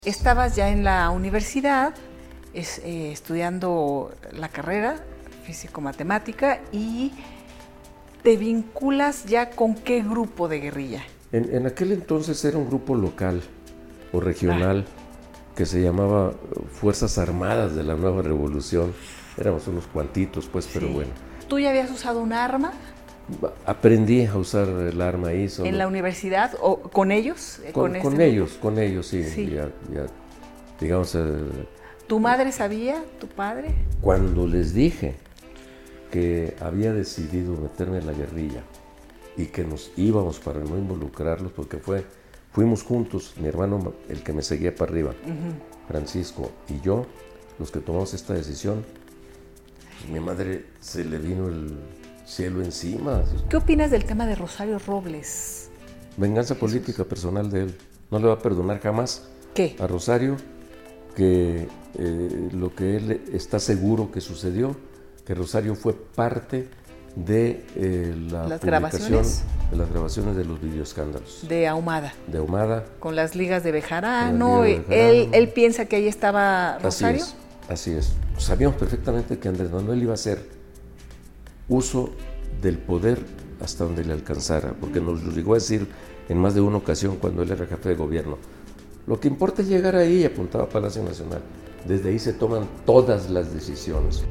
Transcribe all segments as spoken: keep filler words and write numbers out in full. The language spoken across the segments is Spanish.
Estabas ya en la universidad es, eh, estudiando la carrera físico-matemática y te vinculas ya con qué grupo de guerrilla. En, en aquel entonces era un grupo local o regional ah. que se llamaba Fuerzas Armadas de la Nueva Revolución. Éramos unos cuantitos, pues, sí. Pero bueno. ¿Tú ya habías usado un arma? Aprendí a usar el arma ahí. Solo. ¿En la universidad o con ellos? Con, con, con este ellos, grupo? con ellos, sí. sí. Ya, ya, digamos. Eh, ¿Tu madre sabía? ¿Tu padre? Cuando les dije que había decidido meterme en la guerrilla y que nos íbamos para no involucrarlos, porque fue, fuimos juntos, mi hermano, el que me seguía para arriba, uh-huh. Francisco y yo, los que tomamos esta decisión, mi madre se le vino el cielo encima. ¿Qué opinas del tema de Rosario Robles? Venganza Jesús. Política personal de él. No le va a perdonar jamás ¿Qué? a Rosario que eh, lo que él está seguro que sucedió, que Rosario fue parte de eh, la ¿Las publicación grabaciones? de las grabaciones de los videoescándalos. De Ahumada. De Ahumada. Con las ligas de Bejarano. Ligas de Bejarano. Él, él piensa que ahí estaba Rosario. Así es, así es. Sabíamos perfectamente que Andrés Manuel iba a hacer uso del poder hasta donde le alcanzara, porque nos lo llegó a decir en más de una ocasión cuando él era jefe de gobierno. Lo que importa es llegar ahí, y apuntaba a Palacio Nacional. Desde ahí se toman todas las decisiones.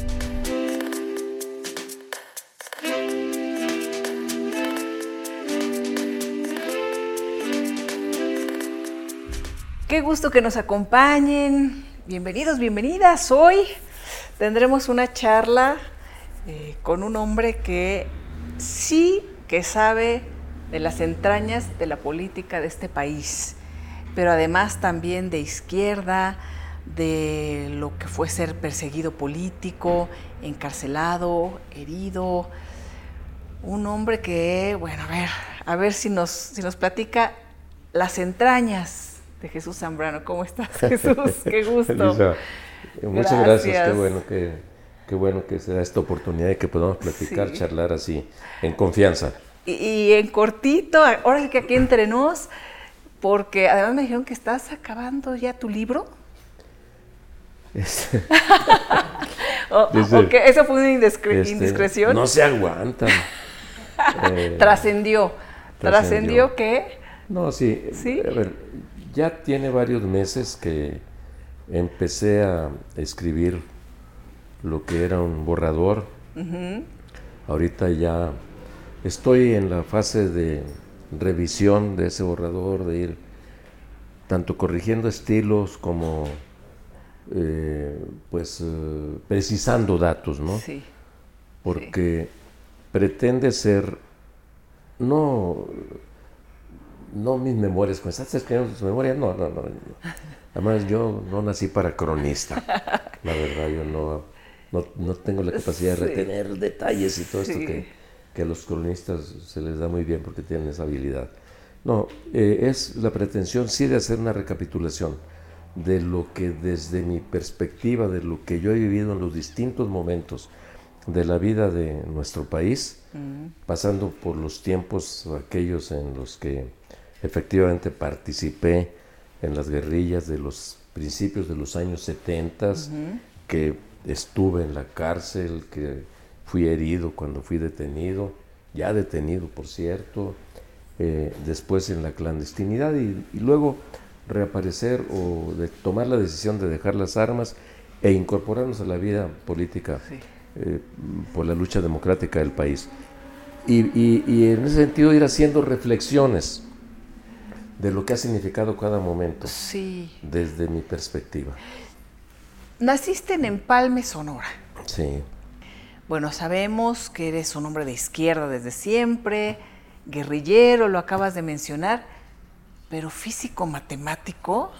Qué gusto que nos acompañen. Bienvenidos, bienvenidas. Hoy tendremos una charla eh, con un hombre que sí que sabe de las entrañas de la política de este país, pero además también de izquierda, de lo que fue ser perseguido político, encarcelado, herido. Un hombre que, bueno, a ver, a ver si nos, si nos platica las entrañas de Jesús Zambrano. ¿Cómo estás, Jesús? Qué gusto. Elisa, muchas gracias. gracias. Qué bueno que, qué bueno que se da esta oportunidad de que podamos platicar, sí. charlar así, en confianza. Y, y en cortito, ahora que aquí entre nos, porque además me dijeron que estás acabando ya tu libro. Este, o, Dice, okay, ¿eso fue una indiscre- este, indiscreción? No se aguantan. eh, trascendió. ¿Trascendió qué? No, sí. ¿Sí? A ver, ya tiene varios meses que empecé a escribir lo que era un borrador. Uh-huh. Ahorita ya estoy en la fase de revisión de ese borrador, de ir tanto corrigiendo estilos como eh, pues eh, precisando datos, ¿no? Sí. Porque sí. pretende ser no no mis memorias, cuando estás escribiendo tus memorias, no, no, no. Además yo no nací para cronista, la verdad, yo no, no, no tengo la capacidad sí. de retener detalles y todo sí. esto que, que a los cronistas se les da muy bien porque tienen esa habilidad. No, eh, es la pretensión sí de hacer una recapitulación de lo que desde mi perspectiva, de lo que yo he vivido en los distintos momentos de la vida de nuestro país, uh-huh. pasando por los tiempos aquellos en los que efectivamente participé en las guerrillas de los principios de los años setenta, uh-huh. que estuve en la cárcel, que fui herido cuando fui detenido, ya detenido por cierto, eh, después en la clandestinidad y, y luego reaparecer o de tomar la decisión de dejar las armas e incorporarnos a la vida política sí. eh, por la lucha democrática del país. Y, y, y en ese sentido ir haciendo reflexiones de lo que ha significado cada momento, sí. desde mi perspectiva. Naciste en Empalme, Sonora. Sí. Bueno, sabemos que eres un hombre de izquierda desde siempre, guerrillero, lo acabas de mencionar, pero físico-matemático.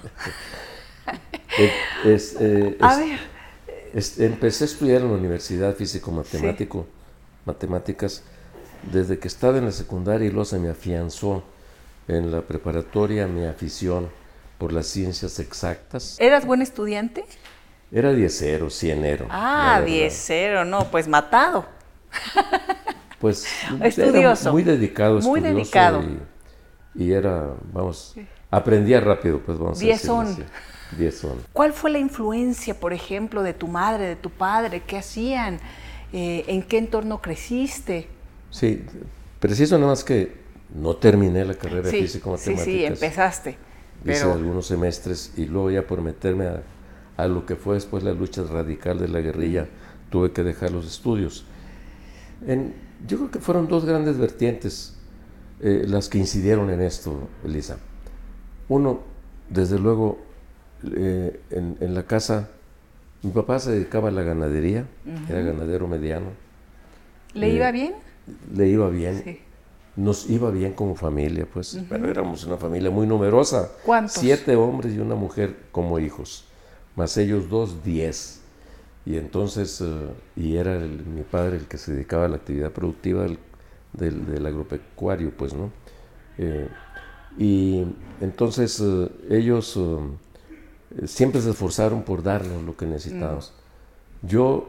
es, es, eh, a es, ver. Es, empecé a estudiar en la universidad físico-matemático, sí. matemáticas, desde que estaba en la secundaria y luego se me afianzó en la preparatoria mi afición por las ciencias exactas. ¿Eras buen estudiante? Era diezero, cienero. Ah, diezero, no, pues matado. Pues estudioso. Era muy dedicado, muy estudioso dedicado. Y, y era, vamos, Aprendía rápido, pues vamos a decirlo Diezón. así. Diezón. ¿Cuál fue la influencia, por ejemplo, de tu madre, de tu padre? ¿Qué hacían? Eh, ¿En qué entorno creciste? Sí, preciso nada más que no terminé la carrera Sí, de físico-matemáticas. sí, sí, empezaste. Hice Pero algunos semestres y luego ya por meterme a, a lo que fue después la lucha radical de la guerrilla, tuve que dejar los estudios. En, yo creo que fueron dos grandes vertientes eh, las que incidieron en esto, Elisa. Uno, desde luego, eh, en, en la casa, mi papá se dedicaba a la ganadería, uh-huh. Era ganadero mediano. ¿Le eh, iba bien? Le iba bien. Sí. Nos iba bien como familia, pues, uh-huh. Pero éramos una familia muy numerosa. ¿Cuántos? Siete hombres y una mujer como hijos, más ellos dos, diez. Y entonces, uh, y era el, mi padre el que se dedicaba a la actividad productiva del, del, del agropecuario, pues, ¿no? Eh, y entonces uh, ellos uh, siempre se esforzaron por darnos lo que necesitábamos. Mm. Yo,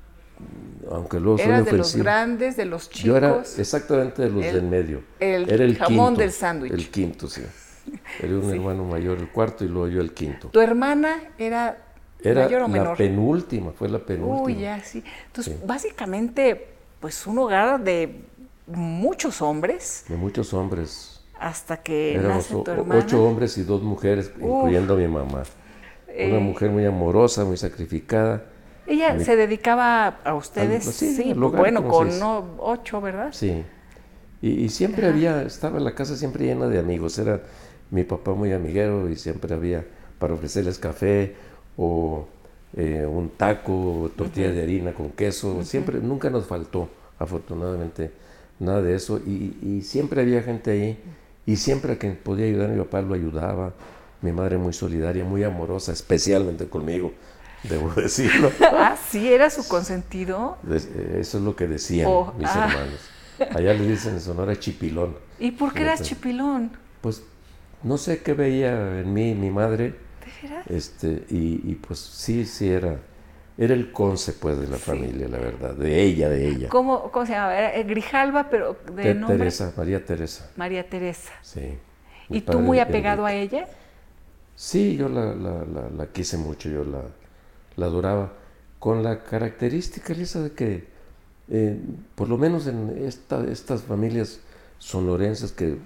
aunque luego soy ¿Eras de ofensivo, los grandes, de los chicos? Yo era exactamente de los el, del medio. El era el jamón quinto, del sándwich. El quinto, sí. Era un sí. hermano mayor, el cuarto, y luego yo el quinto. ¿Tu hermana era, era mayor o menor? La penúltima, fue la penúltima. Uy, ya, sí. Entonces, sí. básicamente, pues un hogar de muchos hombres. De muchos hombres. Hasta que éramos nace tu hermana. Ocho hombres y dos mujeres, Uf. incluyendo a mi mamá. Eh, Una mujer muy amorosa, muy sacrificada. ¿Ella mi, se dedicaba a ustedes? Al, sí, sí hogar, bueno, con no, ocho, ¿verdad? Sí. Y, y siempre Ajá. había, estaba la casa siempre llena de amigos. Era mi papá muy amiguero y siempre había para ofrecerles café o eh, un taco, o tortilla uh-huh. de harina con queso. Uh-huh. Siempre, nunca nos faltó, afortunadamente, nada de eso. Y, y siempre había gente ahí. Y siempre a quien podía ayudar, mi papá lo ayudaba. Mi madre muy solidaria, muy amorosa, especialmente conmigo, debo decirlo. Ah, sí, era su consentido. Eso es lo que decían oh, mis ah. hermanos. Allá le dicen en Sonora chipilón. ¿Y por qué eras chipilón? Pues no sé qué veía en mí mi madre. ¿De veras? Este, y, y pues sí, sí era. Era el conce, pues, de la sí. familia, la verdad, de ella, de ella. ¿Cómo, cómo se llamaba? Era Grijalva, pero de Te, nombre. Teresa, María Teresa. María Teresa. Sí. ¿Y tú muy apegado Enrique. a ella? Sí, yo la, la, la, la quise mucho, yo la, la adoraba. Con la característica, Elisa, de que, eh, por lo menos en esta, estas familias sonorenses que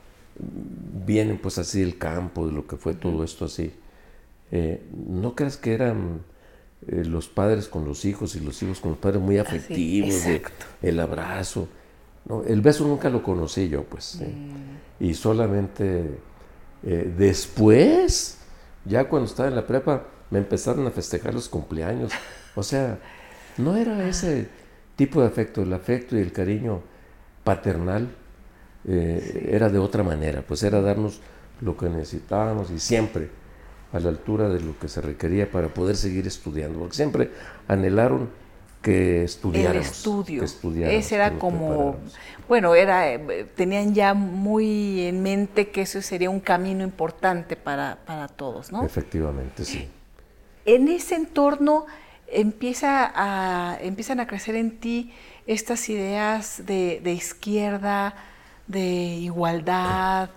vienen, pues, así del campo, de lo que fue uh-huh. todo esto así, eh, no creas que eran... Eh, los padres con los hijos y los hijos con los padres muy afectivos, ah, sí, de, el abrazo. No, el beso nunca lo conocí yo, pues. Mm. Eh, y solamente eh, después, ya cuando estaba en la prepa, me empezaron a festejar los cumpleaños. O sea, no era ese tipo de afecto, el afecto y el cariño paternal eh, sí. era de otra manera, pues era darnos lo que necesitábamos y siempre a la altura de lo que se requería para poder seguir estudiando, porque siempre anhelaron que estudiáramos. El estudio, que estudiáramos, ese era como, bueno, era, tenían ya muy en mente que eso sería un camino importante para, para todos, ¿no? Efectivamente, sí. En ese entorno empieza a, empiezan a crecer en ti estas ideas de, de izquierda, de igualdad,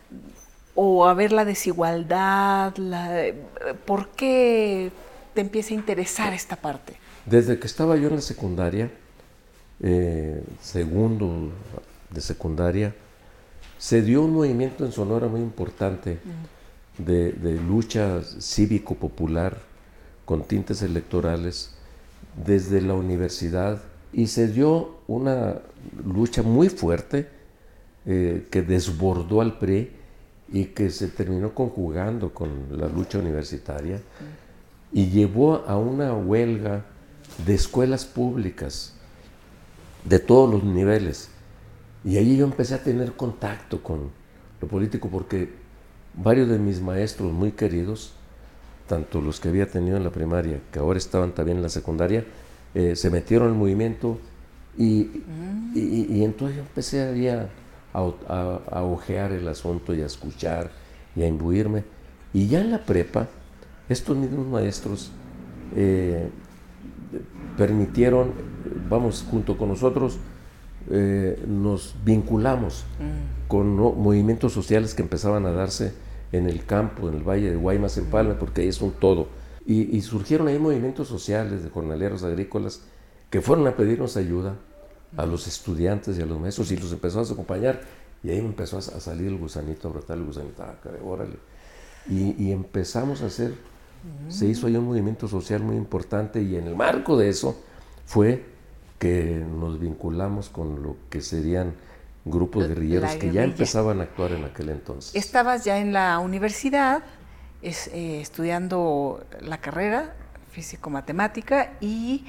o a ver la desigualdad, la, ¿por qué te empieza a interesar esta parte? Desde que estaba yo en la secundaria, eh, segundo de secundaria, se dio un movimiento en Sonora muy importante uh-huh. de, de lucha cívico-popular con tintes electorales desde la universidad, y se dio una lucha muy fuerte eh, que desbordó al P R I y que se terminó conjugando con la lucha universitaria uh-huh. y llevó a una huelga de escuelas públicas de todos los niveles. Y ahí yo empecé a tener contacto con lo político, porque varios de mis maestros muy queridos, tanto los que había tenido en la primaria, que ahora estaban también en la secundaria, eh, se metieron al movimiento y, uh-huh. y, y entonces yo empecé ahí a, a, a, a ojear el asunto y a escuchar y a imbuirme. Y ya en la prepa, estos mismos maestros eh, permitieron, vamos, junto con nosotros, eh, nos vinculamos mm. con ¿no? movimientos sociales que empezaban a darse en el campo, en el valle de Guaymas, en Palma, porque ahí es un todo. Y, y surgieron ahí movimientos sociales de jornaleros agrícolas que fueron a pedirnos ayuda a los estudiantes y a los maestros y los empezamos a acompañar. Y ahí me empezó a, a salir el gusanito, a brotar el gusanito, ah, caray, órale. Y, y empezamos a hacer, mm. se hizo ahí un movimiento social muy importante y en el marco de eso fue que nos vinculamos con lo que serían grupos guerrilleros que ya empezaban a actuar en aquel entonces. Estabas ya en la universidad es, eh, estudiando la carrera físico-matemática y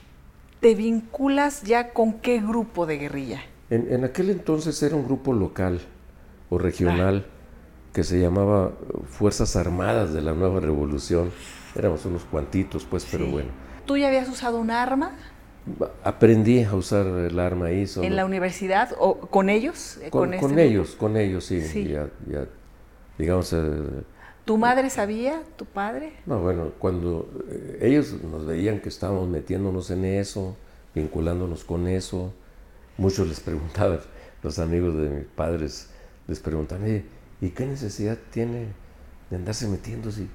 te vinculas ya con qué grupo de guerrilla. En, en aquel entonces era un grupo local o regional ah. que se llamaba Fuerzas Armadas de la Nueva Revolución. Éramos unos cuantitos, pues, sí. pero bueno. ¿Tú ya habías usado un arma? Aprendí a usar el arma ahí. Solo. ¿En la universidad o con ellos? Con, con, con este ellos, grupo? con ellos, sí. sí. Ya, ya, digamos... Eh, ¿Tu madre sabía? ¿Tu padre? No, bueno, cuando eh, ellos nos veían que estábamos metiéndonos en eso, vinculándonos con eso, muchos les preguntaban, los amigos de mis padres les preguntaban, ¿y, ¿y qué necesidad tiene de andarse metiendo si?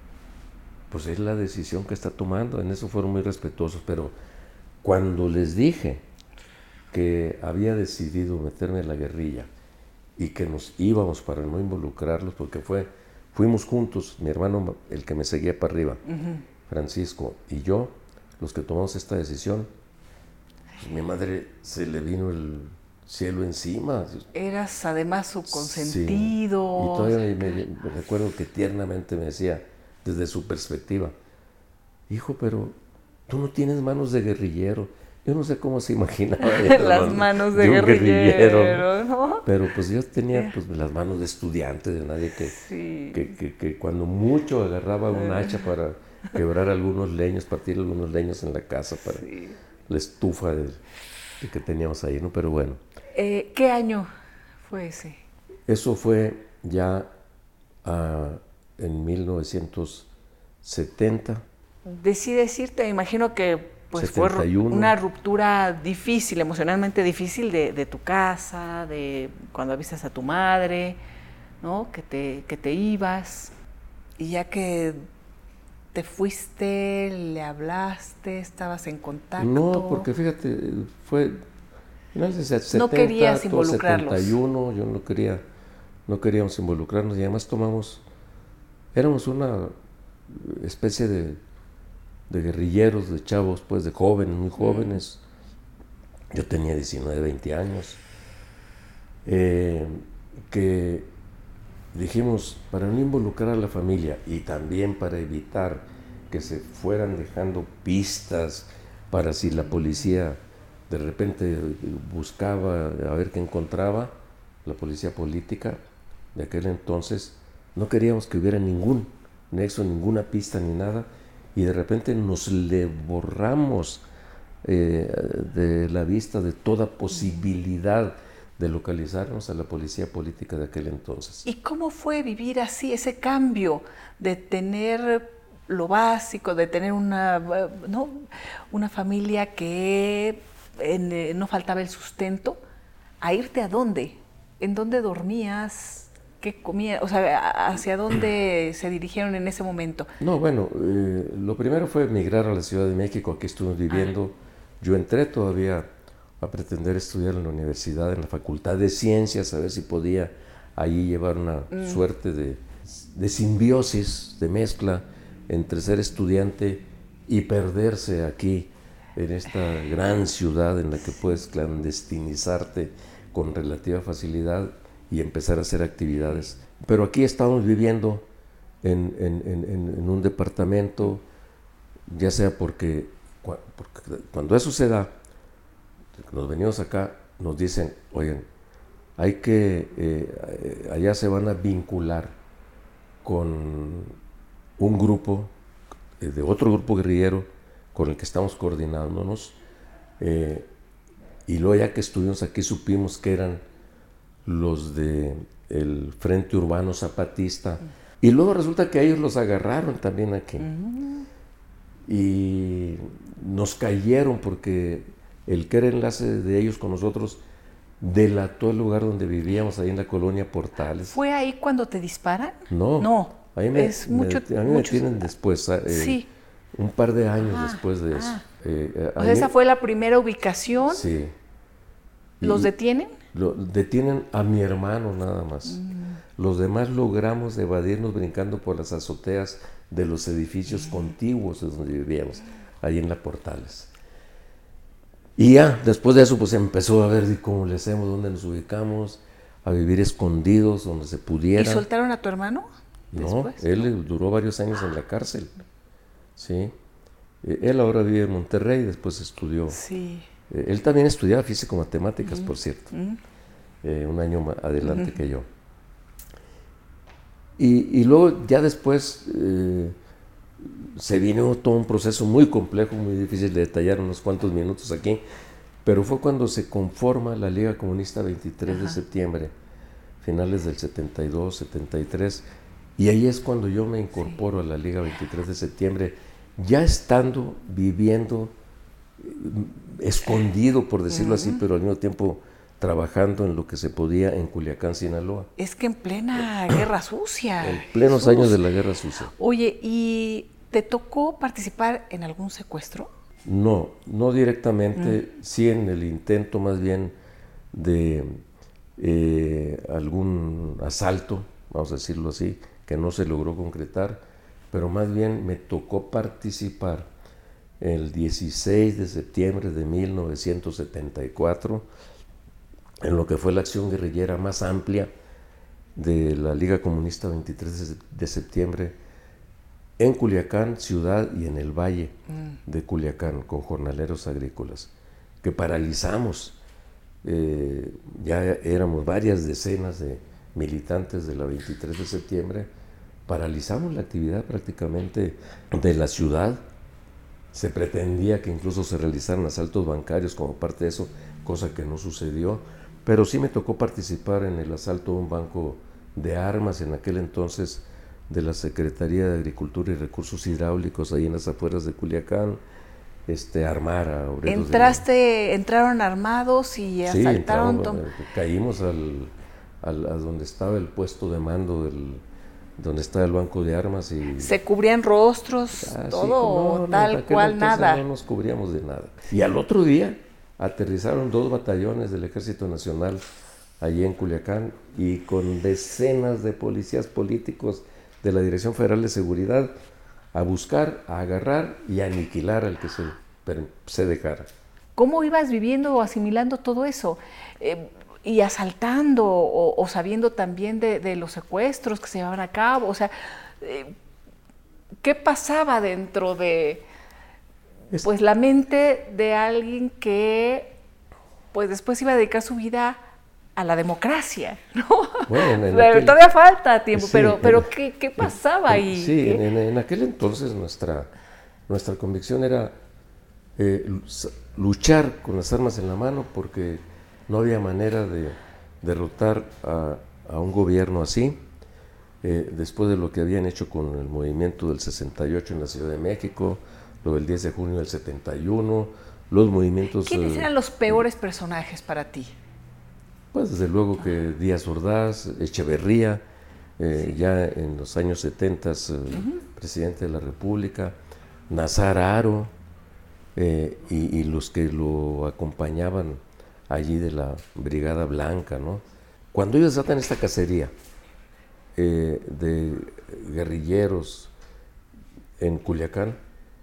Pues es la decisión que está tomando, en eso fueron muy respetuosos, pero cuando les dije que había decidido meterme en la guerrilla y que nos íbamos para no involucrarlos, porque fue, fuimos juntos, mi hermano, el que me seguía para arriba, uh-huh. Francisco, y yo, los que tomamos esta decisión, pues mi madre se le vino el cielo encima. Eras además su consentido. Sí. Y todavía me, me, me recuerdo que tiernamente me decía, desde su perspectiva, hijo, pero tú no tienes manos de guerrillero. Yo no sé cómo se imaginaba las manos de, de guerrillero, guerrillero, ¿no? Pero pues yo tenía pues, las manos de estudiante, de nadie que, sí. que, que, que cuando mucho agarraba un hacha para quebrar algunos leños, partir algunos leños en la casa para sí. la estufa de, de que teníamos ahí, ¿no? Pero bueno. Eh, ¿Qué año fue ese? Eso fue ya uh, en mil novecientos setenta. Decides irte, me imagino que pues setenta y uno. Fue una ruptura difícil, emocionalmente difícil de, de tu casa, de cuando avisas a tu madre, ¿no? Que te, que te ibas. Y ya que te fuiste, le hablaste, estabas en contacto. No, porque fíjate, fue finales de setenta, no querías involucrarlos. setenta y uno, yo no quería, no queríamos involucrarnos y además tomamos, éramos una especie de de guerrilleros, de chavos, pues de jóvenes, muy jóvenes. Yo tenía diecinueve, veinte años. Eh, que dijimos, para no involucrar a la familia y también para evitar que se fueran dejando pistas para si la policía de repente buscaba a ver qué encontraba, la policía política de aquel entonces, no queríamos que hubiera ningún nexo, ninguna pista ni nada, y de repente nos le borramos eh, de la vista de toda posibilidad de localizarnos a la policía política de aquel entonces. ¿Y cómo fue vivir así, ese cambio de tener lo básico, de tener una, ¿no? una familia que eh, no faltaba el sustento, a irte a dónde? ¿En dónde dormías? ¿Qué comía? O sea, ¿hacia dónde se dirigieron en ese momento? No, bueno, eh, lo primero fue emigrar a la Ciudad de México, aquí estuvimos viviendo. Ah. Yo entré todavía a pretender estudiar en la universidad, en la Facultad de Ciencias, a ver si podía ahí llevar una mm. suerte de, de simbiosis, de mezcla entre ser estudiante y perderse aquí, en esta gran ciudad en la que puedes clandestinizarte con relativa facilidad y empezar a hacer actividades. Pero aquí estábamos viviendo en, en, en, en un departamento, ya sea porque, porque cuando eso se da, nos venimos acá, nos dicen, oigan, hay que, eh, allá se van a vincular con un grupo, eh, de otro grupo guerrillero con el que estamos coordinándonos, eh, y luego ya que estuvimos aquí supimos que eran los de el Frente Urbano Zapatista, y luego resulta que a ellos los agarraron también aquí, uh-huh. y nos cayeron porque el que era enlace de ellos con nosotros delató el lugar donde vivíamos, ahí en la colonia Portales. ¿Fue ahí cuando te disparan? No, no. Ahí me, es mucho, me, a mí muchos... me tienen después, eh, sí. un par de años ah, después de eso. Ah. Eh, eh, o sea, esa fue la primera ubicación. Sí. ¿Los y, detienen? Lo, detienen a mi hermano nada más. Mm. Los demás logramos evadirnos brincando por las azoteas de los edificios mm. contiguos de donde vivíamos, ahí en la Portales. Y ya, después de eso, pues empezó a ver cómo le hacemos, dónde nos ubicamos, a vivir escondidos, donde se pudiera. ¿Y soltaron a tu hermano? No, después, él ¿no? duró varios años en la cárcel. Sí. Él ahora vive en Monterrey, después estudió. Sí. Él también estudiaba físico-matemáticas, mm. por cierto. Mm. Eh, un año más adelante mm. que yo. Y, y luego, ya después, eh, se vino todo un proceso muy complejo, muy difícil de detallar unos cuantos minutos aquí, pero fue cuando se conforma la Liga Comunista veintitrés Ajá. de septiembre, finales del setenta y dos, setenta y tres, y ahí es cuando yo me incorporo sí. a la Liga veintitrés de septiembre, ya estando, viviendo, escondido, por decirlo uh-huh. así, pero al mismo tiempo trabajando en lo que se podía en Culiacán, Sinaloa. Es que en plena guerra sucia. En plenos Jesús. años de la guerra sucia. Oye, ¿y te tocó participar en algún secuestro? No, no directamente, mm. sí en el intento más bien de eh, algún asalto, vamos a decirlo así, que no se logró concretar, pero más bien me tocó participar el dieciséis de septiembre de mil novecientos setenta y cuatro en lo que fue la acción guerrillera más amplia de la Liga Comunista veintitrés de septiembre en Culiacán, ciudad, y en el valle mm. de Culiacán, con jornaleros agrícolas, que paralizamos. Eh, ya éramos varias decenas de militantes de la veintitrés de septiembre, paralizamos la actividad prácticamente de la ciudad. Se pretendía que incluso se realizaran asaltos bancarios como parte de eso, cosa que no sucedió, pero sí me tocó participar en el asalto a un banco de armas en aquel entonces de la Secretaría de Agricultura y Recursos Hidráulicos, ahí en las afueras de Culiacán, este, armar a obreros. Entraste, de... entraron armados y asaltaron. Sí, entramos, caímos al, al, a donde estaba el puesto de mando del, donde estaba el banco de armas y... ¿Se cubrían rostros, ah, todo, sí, no, tal no, cual, nada? No nos cubríamos de nada. Y al otro día aterrizaron dos batallones del Ejército Nacional allí en Culiacán y con decenas de policías políticos de la Dirección Federal de Seguridad a buscar, a agarrar y a aniquilar al que se, se dejara. ¿Cómo ibas viviendo o asimilando todo eso? Eh, y asaltando o, o sabiendo también de, de los secuestros que se llevaban a cabo, o sea, eh, ¿qué pasaba dentro de pues la mente de alguien que pues después iba a dedicar su vida a la democracia, ¿no? Bueno, en aquel, todavía falta tiempo, sí, pero, pero en, ¿qué, qué pasaba en, ahí? Sí, en, en, en aquel entonces nuestra, nuestra convicción era eh, luchar con las armas en la mano porque no había manera de derrotar a, a un gobierno así, eh, después de lo que habían hecho con el movimiento del sesenta y ocho en la Ciudad de México, lo del diez de junio del setenta y uno, los movimientos... ¿Quiénes eh, eran los peores personajes para ti? Pues desde luego que Díaz Ordaz, Echeverría, eh, sí. ya en los años setenta, eh, uh-huh. presidente de la República, Nazar Haro, eh, y, y los que lo acompañaban allí de la Brigada Blanca, ¿no? Cuando ellos atan esta cacería eh, de guerrilleros en Culiacán,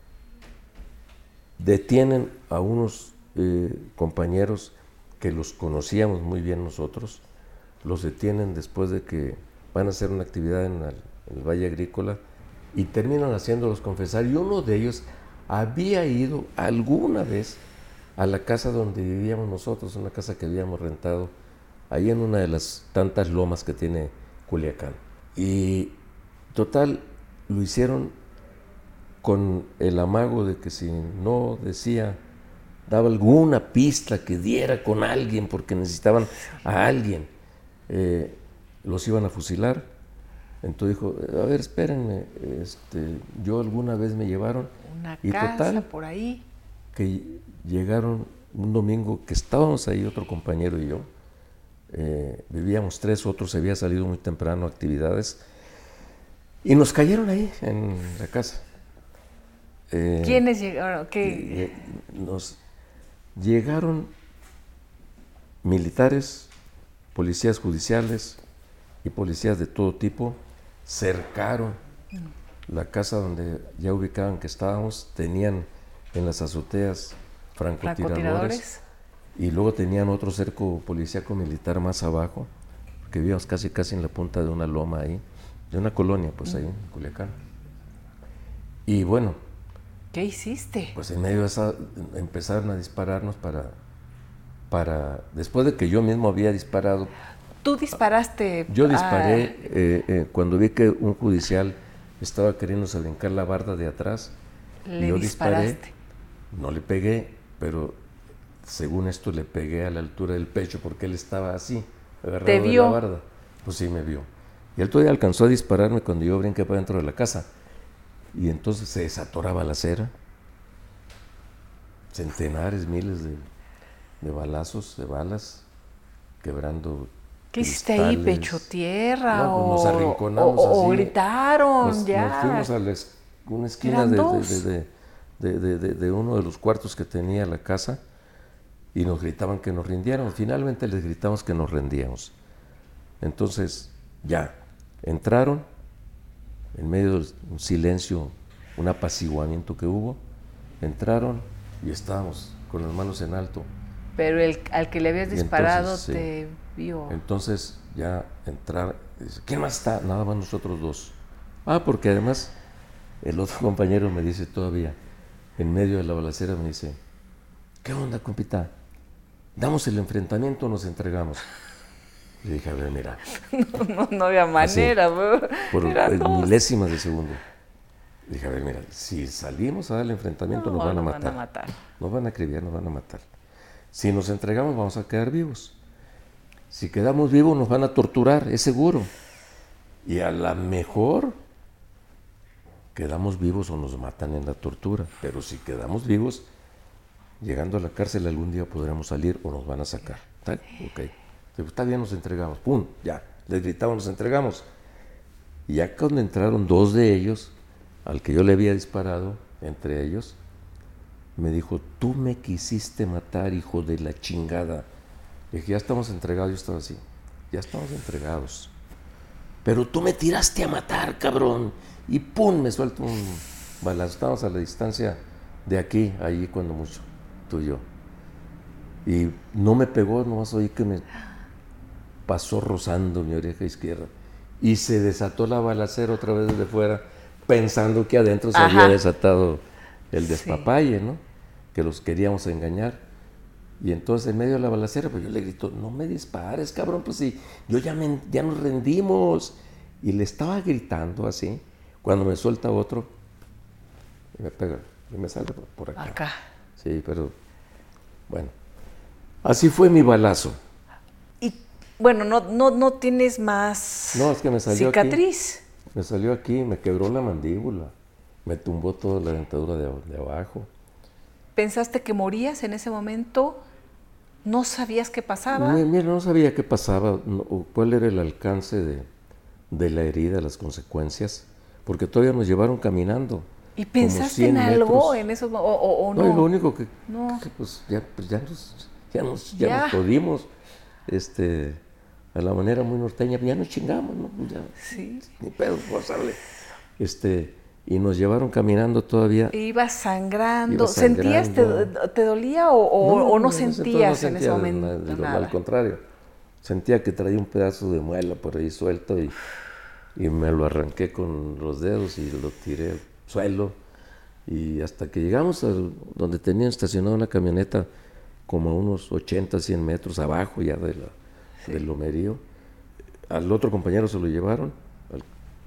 detienen a unos eh, compañeros que los conocíamos muy bien nosotros, los detienen después de que van a hacer una actividad en el, en el Valle Agrícola y terminan haciéndolos confesar, y uno de ellos había ido alguna vez a la casa donde vivíamos nosotros, una casa que habíamos rentado ahí en una de las tantas lomas que tiene Culiacán. Y total, lo hicieron con el amago de que si no decía, daba alguna pista que diera con alguien porque necesitaban a alguien, eh, los iban a fusilar. Entonces dijo, a ver, espérenme, este, yo alguna vez me llevaron. Una y casa total, por ahí. Que llegaron un domingo que estábamos ahí, otro compañero y yo, eh, vivíamos tres, otros se había salido muy temprano a actividades y nos cayeron ahí en la casa. Eh, ¿Quiénes llegaron? ¿Qué? Nos llegaron militares, policías judiciales y policías de todo tipo, cercaron mm. la casa donde ya ubicaban que estábamos, tenían en las azoteas francotiradores, francotiradores. Y luego tenían otro cerco policíaco militar más abajo, que vivíamos casi casi en la punta de una loma ahí, de una colonia pues mm. ahí en Culiacán. Y bueno, ¿qué hiciste? Pues en medio de esa empezaron a dispararnos para, para, después de que yo mismo había disparado. ¿Tú disparaste? Yo disparé a... eh, eh, cuando vi que un judicial estaba queriéndose brincar la barda de atrás. ¿Le yo disparaste? Disparé, no le pegué, pero según esto le pegué a la altura del pecho porque él estaba así, agarrado ¿Te vio? de la barda. Pues sí, me vio. Y él todavía alcanzó a dispararme cuando yo brinqué para dentro de la casa. Y entonces se desató la balacera, centenares, miles de, de balazos, de balas, quebrando. ¿Qué hiciste ahí, pecho tierra? No, pues o, nos arrinconamos o, así. O gritaron, nos, ya. Nos fuimos a la, una esquina de de, de, de, de, de, de uno de los cuartos que tenía la casa y nos gritaban que nos rindiéramos. Finalmente les gritamos que nos rendíamos. Entonces, ya, entraron. En medio de un silencio, un apaciguamiento que hubo, entraron y estábamos con las manos en alto. Pero el, al que le habías disparado entonces, te sí. vio. Entonces ya entrar, ¿quién más está? Nada más nosotros dos. Ah, porque además el otro compañero me dice todavía, en medio de la balacera me dice, ¿qué onda, compita? ¿Damos el enfrentamiento o nos entregamos? Y dije, a ver, mira. No, no, no había manera, así, por milésimas de segundo. Y dije, a ver, mira, si salimos a dar el enfrentamiento no, nos van a matar. Van a matar. Nos van a acribillar, nos van a matar. Si nos entregamos vamos a quedar vivos. Si quedamos vivos nos van a torturar, es seguro. Y a lo mejor quedamos vivos o nos matan en la tortura. Pero si quedamos vivos, llegando a la cárcel algún día podremos salir o nos van a sacar. ¿Está? Ok. Está bien, nos entregamos, pum, ya, les gritamos, nos entregamos. Y ya cuando entraron dos de ellos, al que yo le había disparado, entre ellos, me dijo, tú me quisiste matar, hijo de la chingada. Le dije, ya estamos entregados, yo estaba así, ya estamos entregados. Pero tú me tiraste a matar, cabrón. Y pum, me suelto un balazo. Estábamos a la distancia de aquí, allí cuando mucho, tú y yo. Y no me pegó, nomás oí que me pasó rozando mi oreja izquierda y se desató la balacera otra vez desde fuera, pensando que adentro se Ajá. había desatado el despapalle, sí. ¿no? Que los queríamos engañar. Y entonces en medio de la balacera, pues yo le grito, no me dispares, cabrón, pues sí, yo ya, me, ya nos rendimos. Y le estaba gritando así, cuando me suelta otro, y me pega, y me sale por, por acá. Acá. Sí, pero bueno, así fue mi balazo. Bueno, no, no, no tienes más no, es que me salió cicatriz. Aquí, me salió aquí, me quebró la mandíbula, me tumbó toda la dentadura de, de abajo. ¿Pensaste que morías en ese momento? ¿No sabías qué pasaba? Mira, no sabía qué pasaba, no, cuál era el alcance de, de la herida, las consecuencias, porque todavía nos llevaron caminando. ¿Y pensaste en algo en eso o, o, o no? No, y lo único que, no. que pues ya, pues ya nos, ya nos, ya ya. nos jodimos. Este, a la manera muy norteña, ya nos chingamos, ¿no? Ya, sí. Ni pedo, pasarle. Este, y nos llevaron caminando todavía. Ibas sangrando. Iba sangrando. ¿Sentías, te, te dolía o, o, no, o no no sentías no sentía en ese momento? De, de, de, al contrario, sentía que traía un pedazo de muela por ahí suelto y, y me lo arranqué con los dedos y lo tiré al suelo. Y hasta que llegamos a donde tenían estacionada una camioneta, como a unos ochenta, cien metros abajo ya de la, sí. del lomerío. Al otro compañero se lo llevaron al,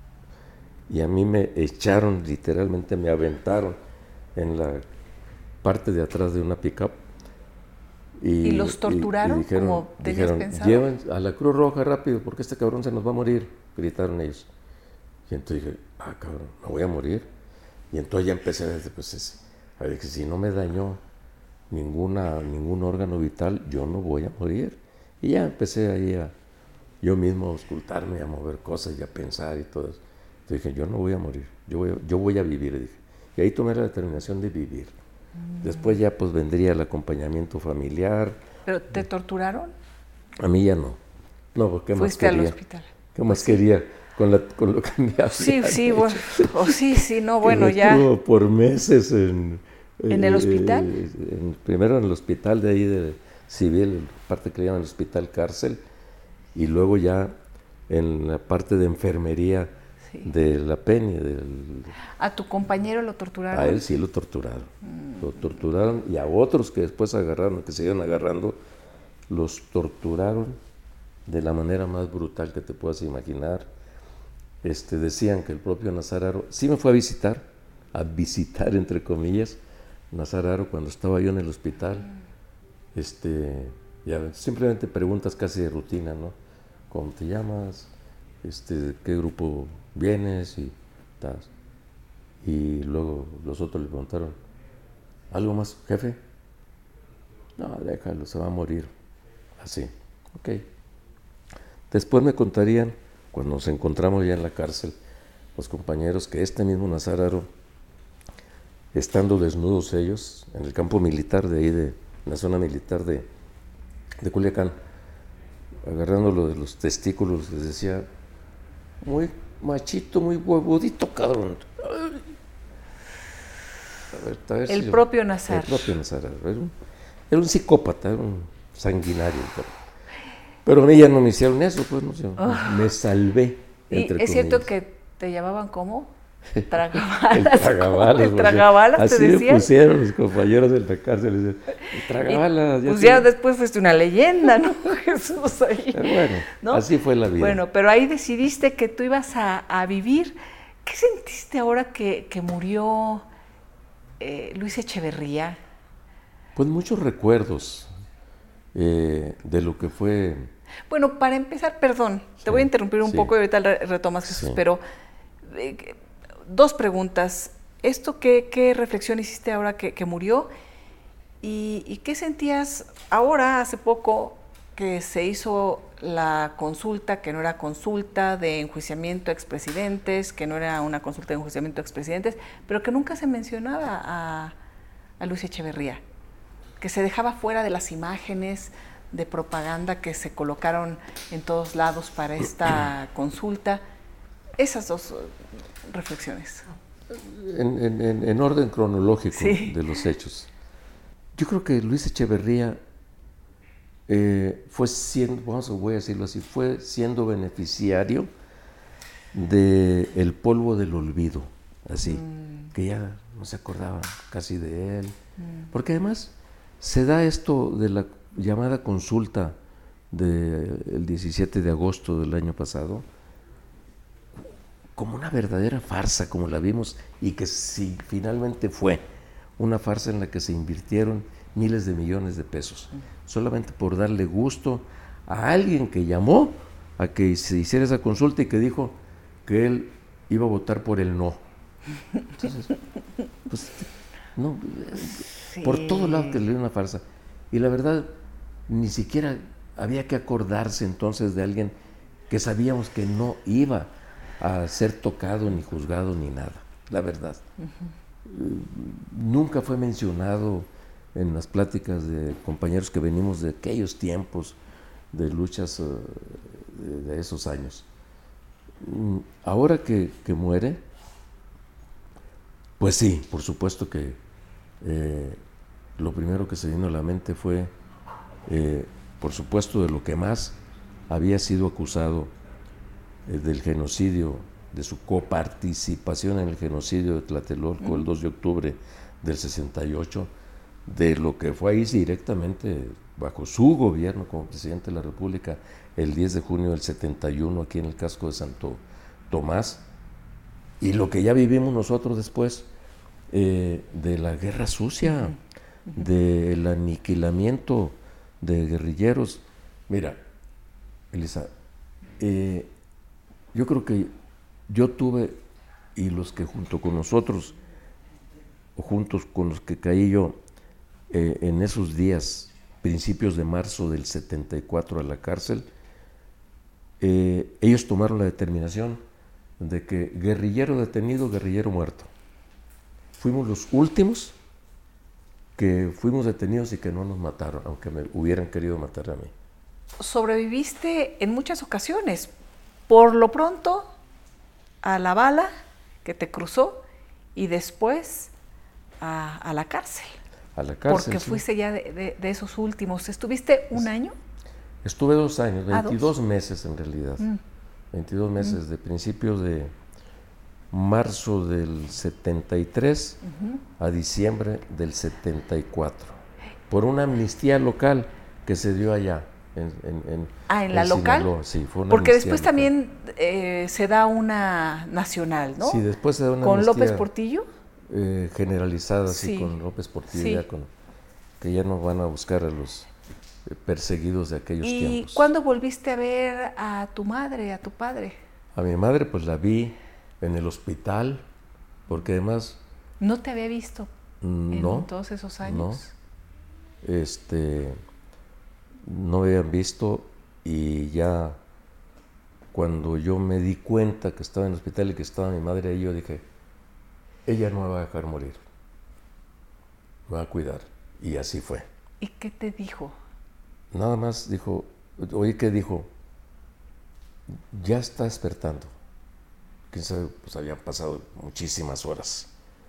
y a mí me echaron, literalmente me aventaron en la parte de atrás de una pick-up. ¿Y, ¿Y los torturaron y, y dijeron, como tenías dijeron, pensado? Lleven a la Cruz Roja rápido porque este cabrón se nos va a morir, gritaron ellos. Y entonces dije, ah cabrón, me voy a morir. Y entonces ya empecé a decir, pues es, a ver, que si no me dañó ninguna, ningún órgano vital, yo no voy a morir. Y ya empecé ahí a yo mismo a auscultarme, a mover cosas y a pensar y todo eso. Entonces dije, yo no voy a morir, yo voy a, yo voy a vivir, dije. Y ahí tomé la determinación de vivir. Mm. Después ya pues vendría el acompañamiento familiar. ¿Pero te torturaron? A mí ya no. No, porque ¿qué más quería? Fuiste al hospital. ¿Qué más pues quería? Sí. Con, la, con lo que me había Sí, sí, bueno, oh, sí, sí, no, bueno, ya. Estuvo por meses en... ¿En el hospital? Eh, en, primero en el hospital de ahí de civil, parte que le llaman el hospital cárcel, y luego ya en la parte de enfermería sí. de la Peña. Del, ¿A tu compañero lo torturaron? A él sí lo torturaron. Mm. Lo torturaron y a otros que después agarraron, que se iban agarrando, los torturaron de la manera más brutal que te puedas imaginar. Este, decían que el propio Nazararo sí me fue a visitar, a visitar entre comillas, Nazararo cuando estaba yo en el hospital. Mm. Este, ya, simplemente preguntas casi de rutina, ¿no? ¿Cómo te llamas? Este, ¿de qué grupo vienes? Y, tal. Y luego los otros le preguntaron, ¿algo más, jefe? No, déjalo, se va a morir. Así, ok. Después me contarían, cuando nos encontramos ya en la cárcel, los compañeros, que este mismo Nazararo, estando desnudos ellos, en el campo militar de ahí, de en la zona militar de, de Culiacán, agarrándolo de los testículos, les decía, muy machito, muy huevudito, cabrón. A ver, a ver el si propio yo, Nazar. El propio Nazar. Era un, era un psicópata, era un sanguinario. Pero, pero a mí ya no me hicieron eso, pues no sé, oh. me salvé. ¿Y entre es comillas. Cierto que te llamaban cómo? Tragabalas. El tragabalas. El tragabalas, así te decían. Me pusieron los compañeros de la cárcel. El tragabalas. Ya pues ya te... después fuiste una leyenda, ¿no? Jesús ahí. Pero bueno, ¿no? Así fue la vida. Bueno, pero ahí decidiste que tú ibas a, a vivir. ¿Qué sentiste ahora que, que murió eh, Luis Echeverría? Pues muchos recuerdos eh, de lo que fue. Bueno, para empezar, perdón, sí, te voy a interrumpir un sí. poco y ahorita retomas, Jesús, sí. pero eh, dos preguntas. ¿Esto qué, qué reflexión hiciste ahora que, que murió? ¿Y, ¿Y qué sentías ahora, hace poco, que se hizo la consulta, que no era consulta de enjuiciamiento a expresidentes, que no era una consulta de enjuiciamiento a expresidentes, pero que nunca se mencionaba a, a Luis Echeverría, que se dejaba fuera de las imágenes de propaganda que se colocaron en todos lados para esta consulta? Esas dos reflexiones. En, en, en orden cronológico sí. de los hechos. Yo creo que Luis Echeverría eh, fue siendo, vamos, voy a decirlo así, fue siendo beneficiario del polvo del olvido, así, mm. que ya no se acordaba casi de él. Mm. Porque además se da esto de la llamada consulta del diecisiete de agosto del año pasado, como una verdadera farsa, como la vimos, y que sí, finalmente fue una farsa en la que se invirtieron miles de millones de pesos, solamente por darle gusto a alguien que llamó a que se hiciera esa consulta y que dijo que él iba a votar por el no. Entonces, pues, no, sí. por todo lado que le dio una farsa. Y la verdad, ni siquiera había que acordarse entonces de alguien que sabíamos que no iba a ser tocado, ni juzgado, ni nada, la verdad. Uh-huh. Nunca fue mencionado en las pláticas de compañeros que venimos de aquellos tiempos de luchas uh, de, de esos años. Uh, ahora que, que muere, pues sí, por supuesto que eh, lo primero que se vino a la mente fue, eh, por supuesto, de lo que más había sido acusado eh, del genocidio, de su coparticipación en el genocidio de Tlatelolco uh-huh. el dos de octubre del sesenta y ocho, de lo que fue ahí directamente bajo su gobierno como presidente de la República el diez de junio del setenta y uno aquí en el casco de Santo Tomás, y lo que ya vivimos nosotros después eh, de la guerra sucia, uh-huh. del aniquilamiento de guerrilleros. Mira, Elisa, eh, yo creo que yo tuve, y los que junto con nosotros, o juntos con los que caí yo, eh, en esos días principios de marzo del setenta y cuatro a la cárcel, eh, ellos tomaron la determinación de que guerrillero detenido, guerrillero muerto. Fuimos los últimos que fuimos detenidos y que no nos mataron, aunque me hubieran querido matar a mí. Sobreviviste en muchas ocasiones, por lo pronto a la bala que te cruzó y después a, a la cárcel. A la cárcel, porque sí. Fuiste ya de, de, de esos últimos. ¿Estuviste un año? Estuve dos años, veintidós ¿Ah, dos? meses en realidad. Mm. veintidós meses, mm. de principios de marzo del setenta y tres uh-huh. a diciembre del setenta y cuatro, por una amnistía local que se dio allá. En, en, en, ah, ¿en, en la local? Sinaloa, sí, fue una porque después local. También eh, se da una nacional, ¿no? Sí, después se da una ¿Con amnistía, López Portillo? Eh, generalizada, sí, sí, con López Portillo, sí. ya con, que ya no van a buscar a los perseguidos de aquellos ¿Y tiempos. ¿Y cuándo volviste a ver a tu madre, a tu padre? A mi madre pues la vi en el hospital, porque además... ¿No te había visto no, en todos esos años? No, este, no me habían visto, y ya cuando yo me di cuenta que estaba en el hospital y que estaba mi madre ahí, yo dije, ella no me va a dejar morir, me va a cuidar, y así fue. ¿Y qué te dijo? Nada más dijo, oye, ¿qué dijo? Ya está despertando. Quién sabe, pues habían pasado muchísimas horas.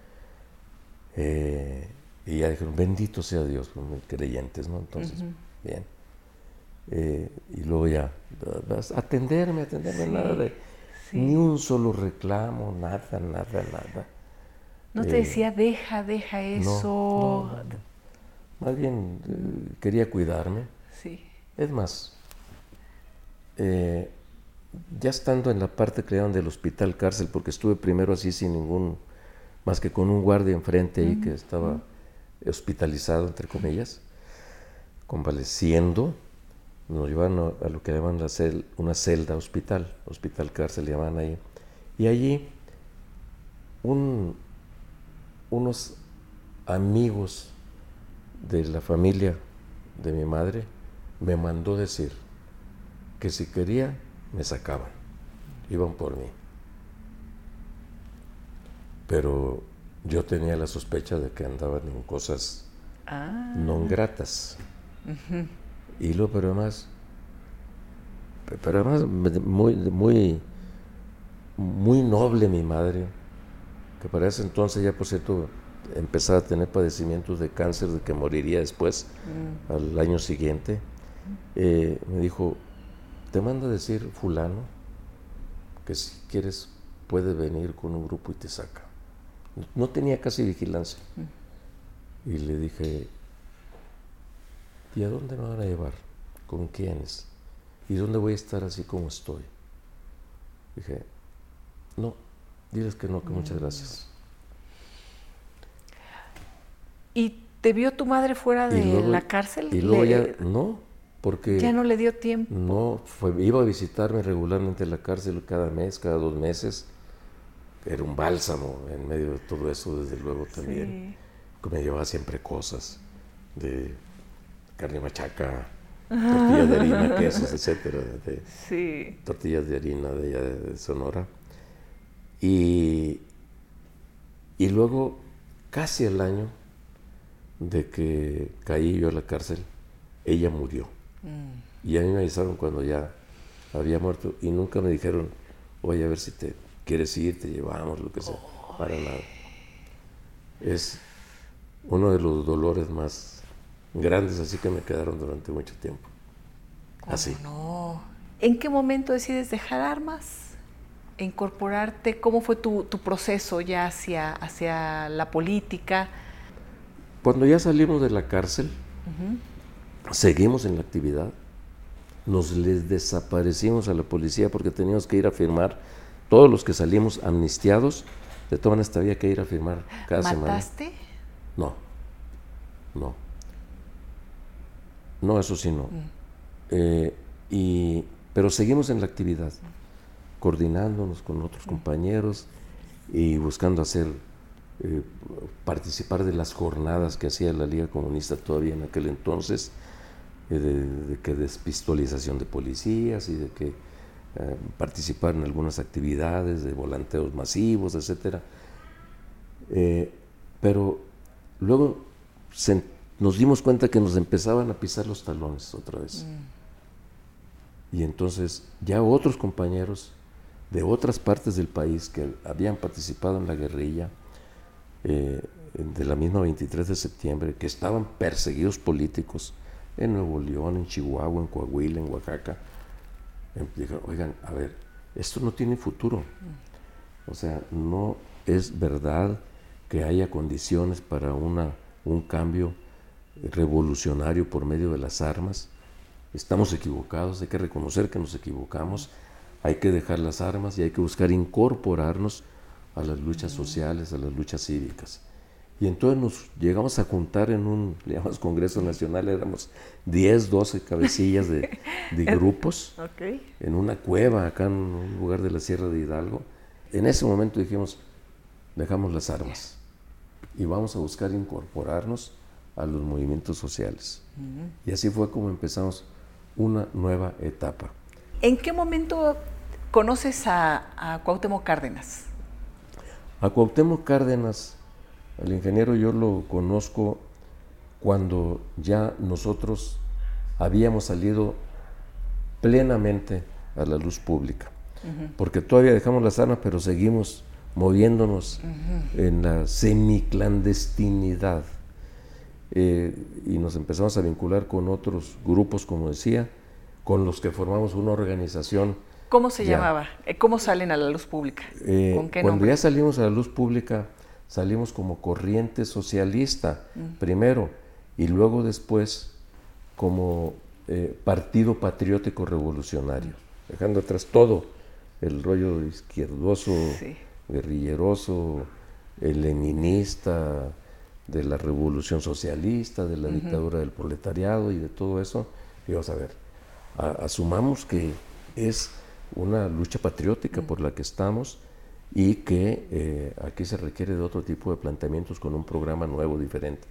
Eh, y ya dijeron, bendito sea Dios, muy creyentes, ¿no? Entonces, uh-huh. bien. Eh, y luego ya, atenderme, atenderme, sí, nada de, sí. ni un solo reclamo, nada, nada, nada. ¿No te eh, decía, deja, deja eso? No, no, no. Más bien, eh, quería cuidarme. Sí. Es más, eh, ya estando en la parte que llaman del hospital cárcel, porque estuve primero así sin ningún, más que con un guardia enfrente ahí uh-huh. que estaba uh-huh. hospitalizado, entre comillas, convaleciendo, nos llevaron a, a lo que llaman la cel, una celda hospital, hospital cárcel le llaman ahí, y allí un, unos amigos de la familia de mi madre me mandó decir que si quería me sacaban, iban por mí. Pero yo tenía la sospecha de que andaban en cosas ah. no gratas. Uh-huh. Y luego, pero además, pero además muy, muy, muy noble mi madre, que para ese entonces ya, por cierto, empezaba a tener padecimientos de cáncer, de que moriría después, uh-huh. al año siguiente. Eh, me dijo, te manda a decir fulano que si quieres puede venir con un grupo y te saca. No tenía casi vigilancia. Mm. Y le dije, ¿y a dónde me van a llevar? ¿Con quiénes? ¿Y dónde voy a estar así como estoy? Dije, no, diles que no, que mm. muchas gracias. ¿Y te vio tu madre fuera de luego, la cárcel? Y luego le... ya, no. Porque ya no le dio tiempo. No, fue, iba a visitarme regularmente en la cárcel cada mes, cada dos meses. Era un bálsamo en medio de todo eso, desde luego también. Sí. Me llevaba siempre cosas de carne machaca, tortillas de harina, quesos, etcétera. De, sí. Tortillas de harina de allá de Sonora. Y, y luego, casi al año de que caí yo a la cárcel, ella murió. Mm. Y a mí me avisaron cuando ya había muerto y nunca me dijeron, oye, a ver si te quieres ir, te llevamos, lo que sea. Oh. Para nada. Es uno de los dolores más grandes, así que me quedaron durante mucho tiempo. Así. No. ¿En qué momento decides dejar armas? ¿Incorporarte? ¿Cómo fue tu, tu proceso ya hacia, hacia la política? Cuando ya salimos de la cárcel, uh-huh. seguimos en la actividad, nos les desaparecimos a la policía porque teníamos que ir a firmar, todos los que salimos amnistiados, de todas maneras había que ir a firmar cada ¿Mataste? semana. ¿Mataste? No, no, no, eso sí no. Mm. Eh, y, pero seguimos en la actividad, mm. coordinándonos con otros mm. compañeros y buscando hacer, eh, participar de las jornadas que hacía la Liga Comunista todavía en aquel entonces, de, de que despistolización de policías y de que eh, participar en algunas actividades de volanteos masivos, etcétera. Eh, pero luego se, nos dimos cuenta que nos empezaban a pisar los talones otra vez. Mm. Y entonces ya otros compañeros de otras partes del país que habían participado en la guerrilla, eh, de la misma veintitrés de septiembre, que estaban perseguidos políticos en Nuevo León, en Chihuahua, en Coahuila, en Oaxaca, eh, dijeron, oigan, a ver, esto no tiene futuro. O sea, no es verdad que haya condiciones para una, un cambio revolucionario por medio de las armas. Estamos equivocados, hay que reconocer que nos equivocamos, hay que dejar las armas y hay que buscar incorporarnos a las luchas sociales, a las luchas cívicas. Y entonces nos llegamos a juntar en un, le llamamos Congreso Nacional, éramos diez, doce cabecillas de, de grupos, okay, en una cueva acá en un lugar de la Sierra de Hidalgo. En ese momento dijimos, dejamos las armas y vamos a buscar incorporarnos a los movimientos sociales. Uh-huh. Y así fue como empezamos una nueva etapa. ¿En qué momento conoces a, a Cuauhtémoc Cárdenas? A Cuauhtémoc Cárdenas, al ingeniero, yo lo conozco cuando ya nosotros habíamos salido plenamente a la luz pública. Uh-huh. Porque todavía dejamos las armas, pero seguimos moviéndonos uh-huh. en la semiclandestinidad. Eh, y nos empezamos a vincular con otros grupos, como decía, con los que formamos una organización. ¿Cómo se ya. llamaba? ¿Cómo salen a la luz pública? Eh, ¿Con qué cuando nombre? ya salimos a la luz pública, salimos como Corriente Socialista, mm. primero, y luego después como eh, Partido Patriótico Revolucionario, mm. dejando atrás todo el rollo izquierdoso, sí. guerrilleroso, el leninista, de la revolución socialista, de la uh-huh. dictadura del proletariado y de todo eso. Y vamos a ver, a, asumamos que es una lucha patriótica uh-huh. por la que estamos y que eh, aquí se requiere de otro tipo de planteamientos con un programa nuevo, diferente.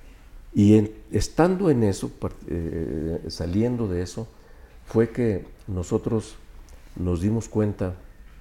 Y en, estando en eso, eh, saliendo de eso, fue que nosotros nos dimos cuenta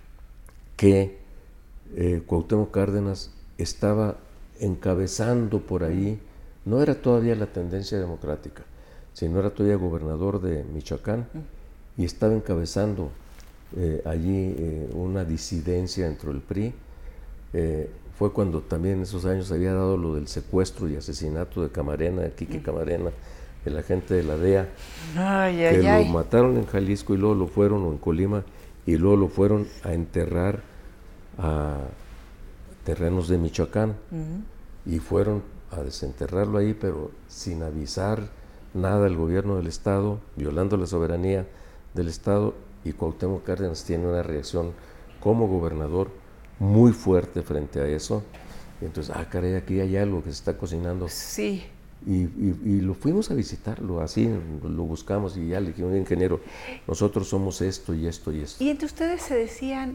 que eh, Cuauhtémoc Cárdenas estaba encabezando por ahí, no era todavía la tendencia democrática, sino era todavía gobernador de Michoacán y estaba encabezando eh, allí eh, una disidencia dentro del P R I. Eh, fue cuando también en esos años había dado lo del secuestro y asesinato de Camarena, de Quique Camarena, el agente de la D E A, ay, que ay, lo ay. mataron en Jalisco y luego lo fueron, o en Colima, y luego lo fueron a enterrar a terrenos de Michoacán. Uh-huh. Y fueron a desenterrarlo ahí, pero sin avisar nada al gobierno del Estado, violando la soberanía del Estado, y Cuauhtémoc Cárdenas tiene una reacción como gobernador muy fuerte frente a eso. Y entonces, ah, caray, aquí hay algo que se está cocinando. Sí. Y, y, y lo fuimos a visitarlo, así lo buscamos y ya le dijimos, ingeniero, nosotros somos esto y esto y esto. ¿Y entre ustedes se decían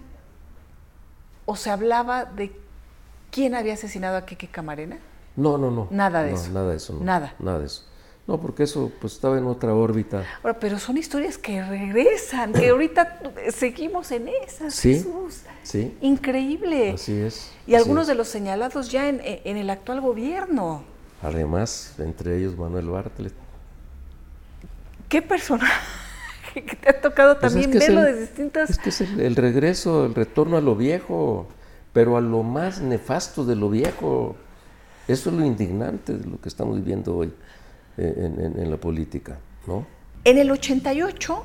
o se hablaba de quién había asesinado a Quique Camarena? No, no, no. Nada de no, eso. Nada de eso. No, nada. Nada de eso. No, porque eso pues estaba en otra órbita. Ahora, pero son historias que regresan, que ahorita seguimos en esas, sí, Jesús. Sí. Increíble. Así es. Y así algunos es. de los señalados ya en, en el actual gobierno. Además, entre ellos Manuel Bartlett. ¿Qué personaje que te ha tocado pues también es que verlo es el, de distintas... Es que es el, el regreso, el retorno a lo viejo, pero a lo más nefasto de lo viejo. Eso es lo indignante de lo que estamos viviendo hoy en, en, en la política, ¿no? En el ochenta y ocho,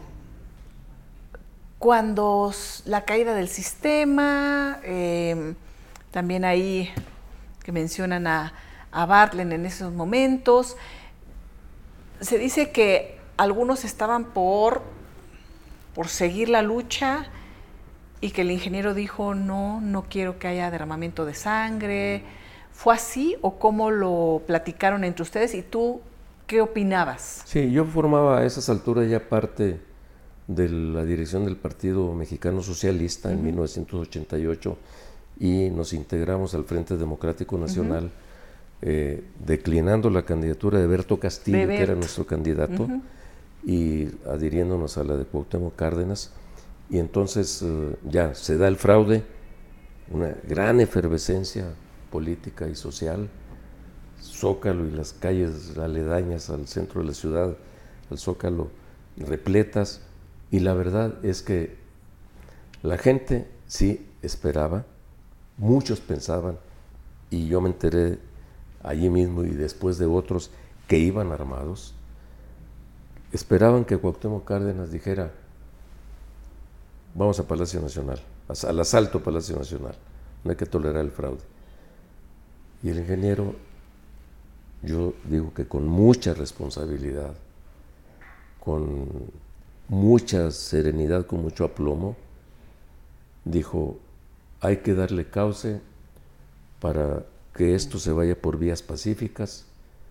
cuando la caída del sistema, eh, también ahí que mencionan a, a Bartlett en esos momentos, se dice que algunos estaban por, por seguir la lucha y que el ingeniero dijo, no, no quiero que haya derramamiento de sangre. ¿Fue así o cómo lo platicaron entre ustedes y tú qué opinabas? Sí, yo formaba a esas alturas ya parte de la dirección del Partido Mexicano Socialista uh-huh. en mil novecientos ochenta y ocho y nos integramos al Frente Democrático Nacional uh-huh. eh, declinando la candidatura de Berto Castillo, de Berto. que era nuestro candidato, uh-huh. y adhiriéndonos a la de Cuauhtémoc Cárdenas, y entonces eh, ya se da el fraude, una gran efervescencia política y social, Zócalo y las calles aledañas al centro de la ciudad, al Zócalo, repletas, y la verdad es que la gente sí esperaba, muchos pensaban, y yo me enteré allí mismo y después de otros que iban armados, esperaban que Cuauhtémoc Cárdenas dijera: vamos a Palacio Nacional, al asalto a Palacio Nacional, no hay que tolerar el fraude. Y el ingeniero, yo digo que con mucha responsabilidad, con mucha serenidad, con mucho aplomo, dijo: hay que darle cauce para que esto se vaya por vías pacíficas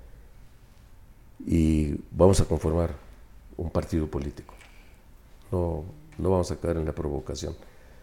y vamos a conformar un partido político. No, no vamos a caer en la provocación.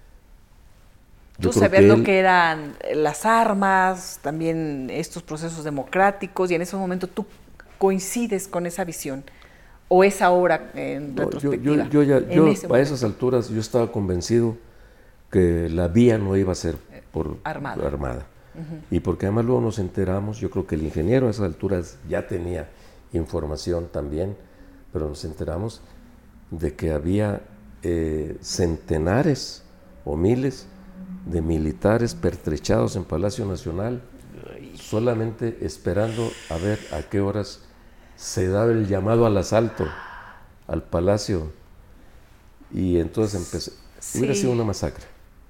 Tú sabías lo que eran las armas, también estos procesos democráticos, y en ese momento tú coincides con esa visión, o es ahora en no, retrospectiva. Yo, yo, yo ya, yo a esas alturas yo estaba convencido que la vía no iba a ser por armada, armada. Uh-huh. Y porque además luego nos enteramos, yo creo que el ingeniero a esas alturas ya tenía información también, pero nos enteramos de que había eh, centenares o miles de militares pertrechados en Palacio Nacional, solamente esperando a ver a qué horas se daba el llamado al asalto al Palacio, y entonces empezó, sí. Hubiera sido una masacre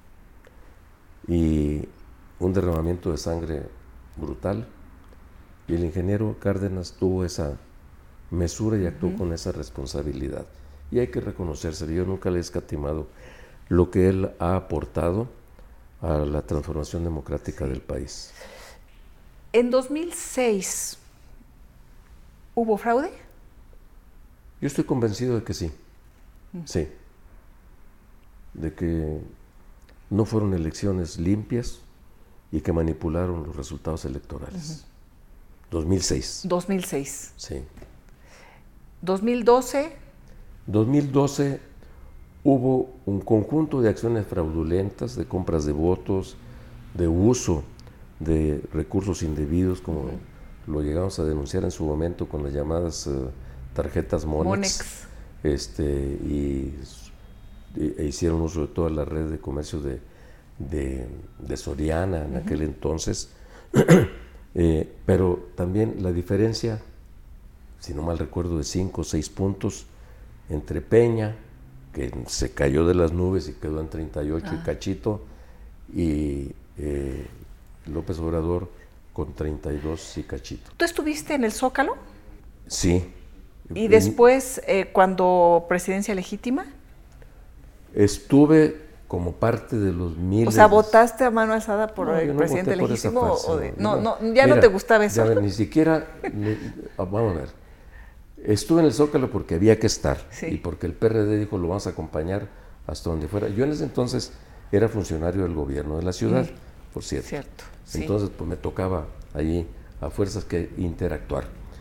y un derramamiento de sangre brutal, y el ingeniero Cárdenas tuvo esa mesura y actuó uh-huh. con esa responsabilidad, y hay que reconocérselo. Yo nunca le he escatimado lo que él ha aportado a la transformación democrática sí. del país. En dos mil seis, ¿hubo fraude? Yo estoy convencido de que sí, uh-huh. sí, de que no fueron elecciones limpias y que manipularon los resultados electorales. Uh-huh. dos mil seis. dos mil seis. Sí. dos mil doce. dos mil doce hubo un conjunto de acciones fraudulentas, de compras de votos, de uso de recursos indebidos, como uh-huh. lo llegamos a denunciar en su momento con las llamadas uh, tarjetas Monex, Monex. Este, y, y e hicieron uso de toda la red de comercio de, de, de Soriana en uh-huh. aquel entonces, eh, pero también la diferencia, si no mal recuerdo, de cinco o seis puntos entre Peña, que se cayó de las nubes y quedó en treinta y ocho ah. y cachito, y eh, López Obrador con treinta y dos y cachito. ¿Tú estuviste en el Zócalo? Sí. ¿Y después, eh, cuando presidencia legítima? Estuve como parte de los miles... O sea, ¿votaste a mano alzada por no, el no presidente legítimo? Farsa, o de, no, no, no, ya mira, no te gustaba eso. Ya, ni siquiera... Ni, vamos a ver. Estuve en el Zócalo porque había que estar, sí. y porque el P R D dijo: lo vamos a acompañar hasta donde fuera. Yo en ese entonces era funcionario del gobierno de la ciudad, mm. por cierto. Cierto, entonces sí. pues me tocaba allí a fuerzas que interactuar.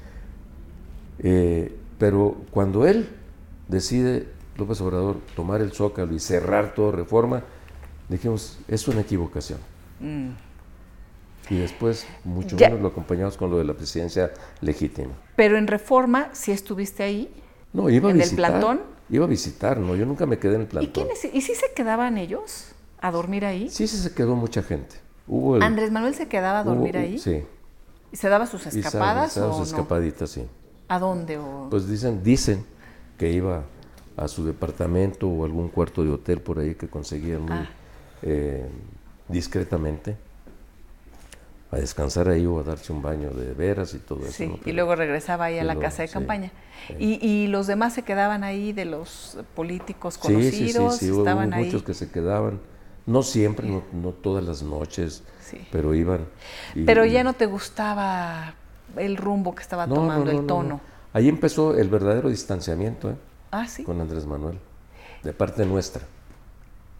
Eh, pero cuando él decide, López Obrador, tomar el Zócalo y cerrar toda Reforma, dijimos: es una equivocación. Mm. Y después, mucho ya. menos lo acompañamos con lo de la presidencia legítima. Pero en Reforma, ¿sí estuviste ahí? No, iba a ¿En visitar. ¿En el plantón? Iba a visitar, no, yo nunca me quedé en el plantón. ¿Y, quiénes, ¿Y sí se quedaban ellos a dormir ahí? Sí, sí se quedó mucha gente. Hubo el, ¿Andrés Manuel se quedaba a dormir hubo, ahí? Sí. ¿Y se daba sus escapadas se daba o sus no? escapaditas, sí. ¿A dónde? O... Pues dicen, dicen que iba a su departamento o algún cuarto de hotel por ahí que conseguían muy ah. eh, discretamente, a descansar ahí o a darse un baño de veras y todo eso. Sí, ¿no? y luego regresaba ahí a la lo, casa de campaña. Sí, sí. ¿Y, ¿Y los demás se quedaban ahí de los políticos conocidos? Sí, sí, sí, sí. Estaban hubo ahí. Muchos que se quedaban, no siempre, sí. no, no todas las noches, sí. pero iban. Y, pero ya no te gustaba el rumbo que estaba no, tomando, no, no, el tono. No, no. Ahí empezó el verdadero distanciamiento, ¿eh? Ah, sí. Con Andrés Manuel, de parte nuestra.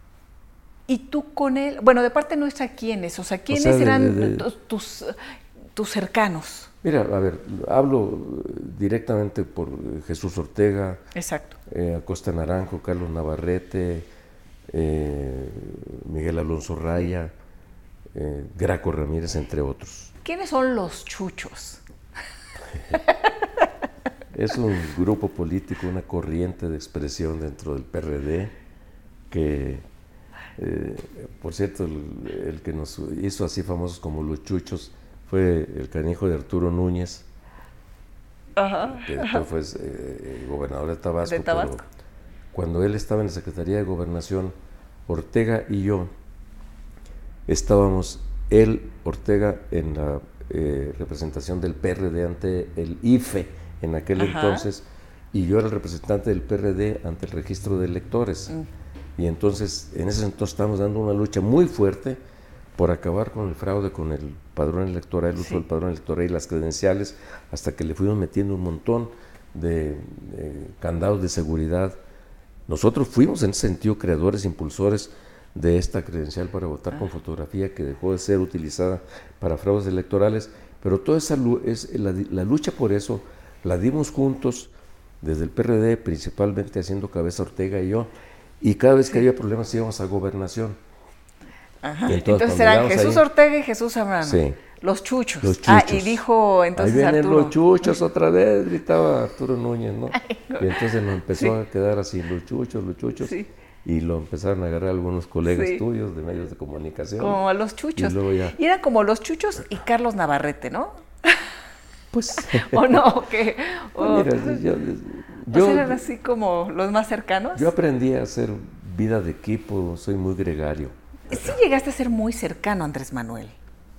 ¿Y tú con él? Bueno, de parte nuestra, ¿quiénes? O sea, ¿quiénes o sea, de, eran de, de, tus, tus tus cercanos. Mira, a ver, hablo directamente por Jesús Ortega, Exacto. eh, Acosta Naranjo, Carlos Navarrete, eh, Miguel Alonso Raya, eh, Graco Ramírez, entre otros. ¿Quiénes son los chuchos? Es un grupo político, una corriente de expresión dentro del P R D que, eh, por cierto, el, el que nos hizo así famosos como los chuchos fue el canijo de Arturo Núñez, Ajá. que después fue eh, gobernador de Tabasco, de Tabasco. Pero cuando él estaba en la Secretaría de Gobernación, Ortega y yo estábamos, él, Ortega, en la eh, representación del P R D ante el I F E en aquel Ajá. entonces, y yo era el representante del P R D ante el registro de electores. Mm. Y entonces, en ese entonces estábamos dando una lucha muy fuerte por acabar con el fraude, con el padrón electoral, el uso sí. del padrón electoral y las credenciales, hasta que le fuimos metiendo un montón de, de candados de seguridad. Nosotros fuimos en ese sentido creadores, impulsores de esta credencial para votar ah. con fotografía que dejó de ser utilizada para fraudes electorales, pero toda esa es, la, la lucha por eso la dimos juntos desde el P R D, principalmente haciendo cabeza Ortega y yo, y cada vez que sí. había problemas íbamos a Gobernación. Ajá. Entonces, entonces eran Jesús ahí, Ortega y Jesús Zambrano. Sí. Los chuchos. Los chuchos. Ah, y dijo entonces ahí vienen Arturo. los chuchos otra vez, gritaba Arturo Núñez, ¿no? Ay, no. Y entonces nos empezó sí. a quedar así, los chuchos, los chuchos. Sí. Y lo empezaron a agarrar algunos colegas sí. tuyos de medios de comunicación. Como a los chuchos. Y, luego ya... y eran como los chuchos y Carlos Navarrete, ¿no? Pues... ¿O no? ¿Qué? ¿O mira, yo, yo, ¿o eran así como los más cercanos? Yo aprendí a hacer vida de equipo, soy muy gregario. Sí llegaste a ser muy cercano a Andrés Manuel.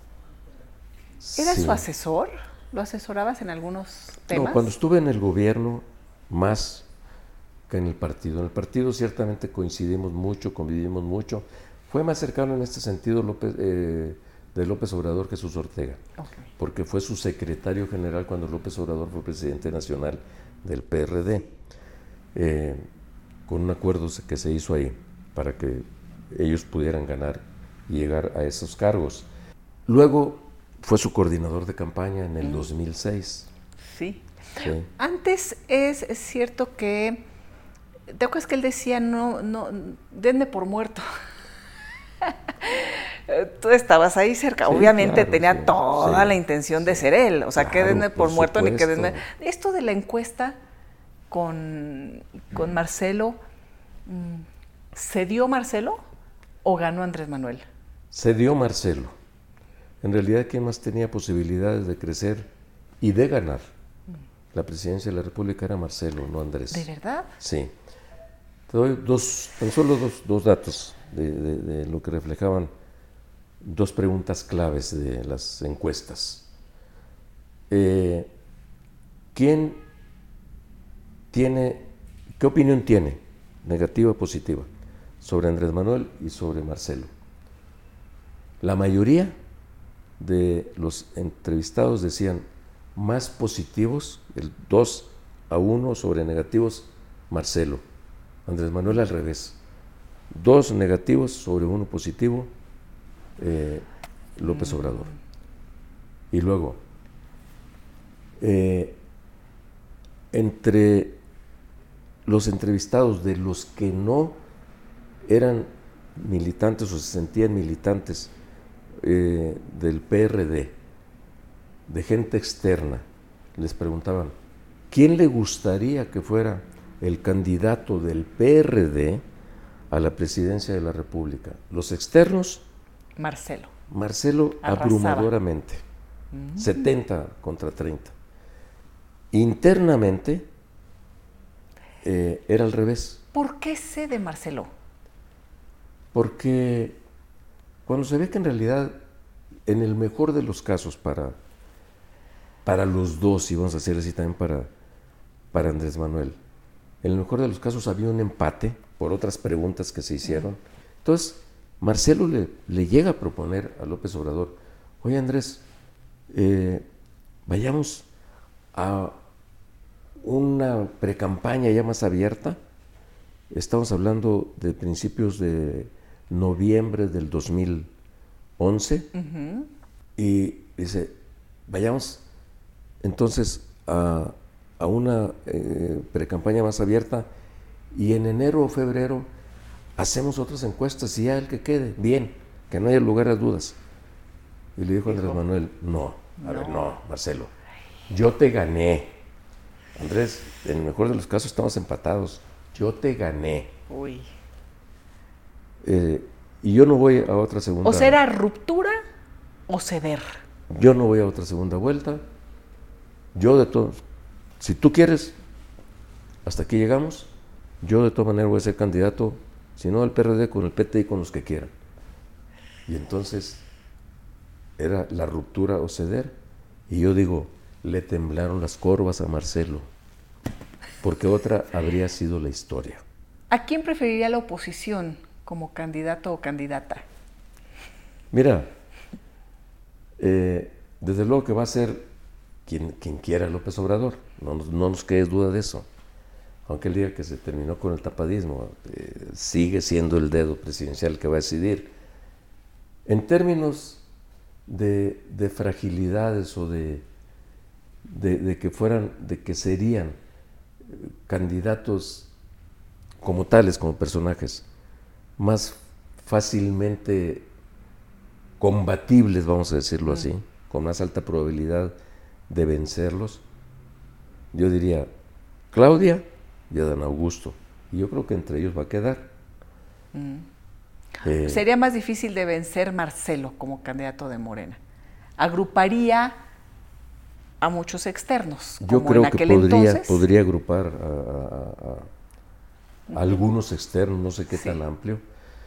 ¿Eras sí. su asesor? ¿Lo asesorabas en algunos temas? No, cuando estuve en el gobierno, más que en el partido. En el partido ciertamente coincidimos mucho, convivimos mucho. Fue más cercano en este sentido López, eh, de López Obrador Jesús Ortega, okay. porque fue su secretario general cuando López Obrador fue presidente nacional del P R D, eh, con un acuerdo que se hizo ahí para que ellos pudieran ganar y llegar a esos cargos. Luego fue su coordinador de campaña en el mm. dos mil seis. Sí. sí. Antes es, es cierto que, ¿te acuerdas que él decía, no, no, denme por muerto? Tú estabas ahí cerca, sí, obviamente claro, tenía sí, toda sí, la intención sí, de ser él, o sea, claro, que denme por, por muerto ni que denme... Esto de la encuesta con, con Marcelo, ¿se dio Marcelo o ganó Andrés Manuel? Se dio Marcelo. En realidad, ¿quién más tenía posibilidades de crecer y de ganar la presidencia de la República era Marcelo, no Andrés? ¿De verdad? Sí. Te doy dos, tan solo dos, dos datos de, de, de lo que reflejaban dos preguntas claves de las encuestas. Eh, ¿Quién tiene, qué opinión tiene, negativa o positiva, sobre Andrés Manuel y sobre Marcelo? La mayoría de los entrevistados decían más positivos, el dos a uno sobre negativos, Marcelo. Andrés Manuel al revés. Dos negativos sobre uno positivo, eh, López Obrador. Y luego, eh, entre los entrevistados, de los que no eran militantes o se sentían militantes eh, del P R D, de gente externa, les preguntaban, ¿quién le gustaría que fuera el candidato del P R D a la presidencia de la República? Los externos, Marcelo. Marcelo Arrasaba. abrumadoramente, mm. setenta contra treinta. Internamente eh, era al revés. ¿Por qué sé de Marcelo? Porque cuando se ve que en realidad, en el mejor de los casos para, para los dos, y vamos a decir así también para, para Andrés Manuel, en el mejor de los casos había un empate por otras preguntas que se hicieron. Entonces, Marcelo le, le llega a proponer a López Obrador, oye Andrés, eh, vayamos a una precampaña ya más abierta. Estamos hablando de principios de noviembre del dos mil once. Uh-huh. Y dice, vayamos entonces a, a una eh, precampaña más abierta y en enero o febrero hacemos otras encuestas y ya el que quede, bien, que no haya lugar a dudas. Y le dijo Andrés Manuel, no, a no. ver, no, Marcelo, yo te gané. Andrés, en el mejor de los casos estamos empatados, yo te gané. Uy. Eh, y yo no voy a otra segunda... O sea, ¿era ruptura o ceder? Yo no voy a otra segunda vuelta. Yo de todos, si tú quieres, hasta aquí llegamos, yo de todas maneras voy a ser candidato, si no al P R D, con el P T y con los que quieran. Y entonces era la ruptura o ceder. Y yo digo, le temblaron las corvas a Marcelo, porque otra habría sido la historia. ¿A quién preferiría la oposición como candidato o candidata? Mira, eh, desde luego que va a ser quien, quien quiera López Obrador, no, no nos quede duda de eso. Aunque el día que se terminó con el tapadismo, eh, sigue siendo el dedo presidencial que va a decidir. En términos de, de fragilidades o de, de, de que fueran, de que serían candidatos como tales, como personajes, más fácilmente combatibles, vamos a decirlo así, con más alta probabilidad de vencerlos, yo diría Claudia y Adán Augusto. Y yo creo que entre ellos va a quedar. Mm. Eh, Sería más difícil de vencer Marcelo como candidato de Morena. Agruparía a muchos externos. Yo como creo en aquel que podría, entonces. podría agrupar a, a, a, a algunos externos, no sé qué sí. tan amplio,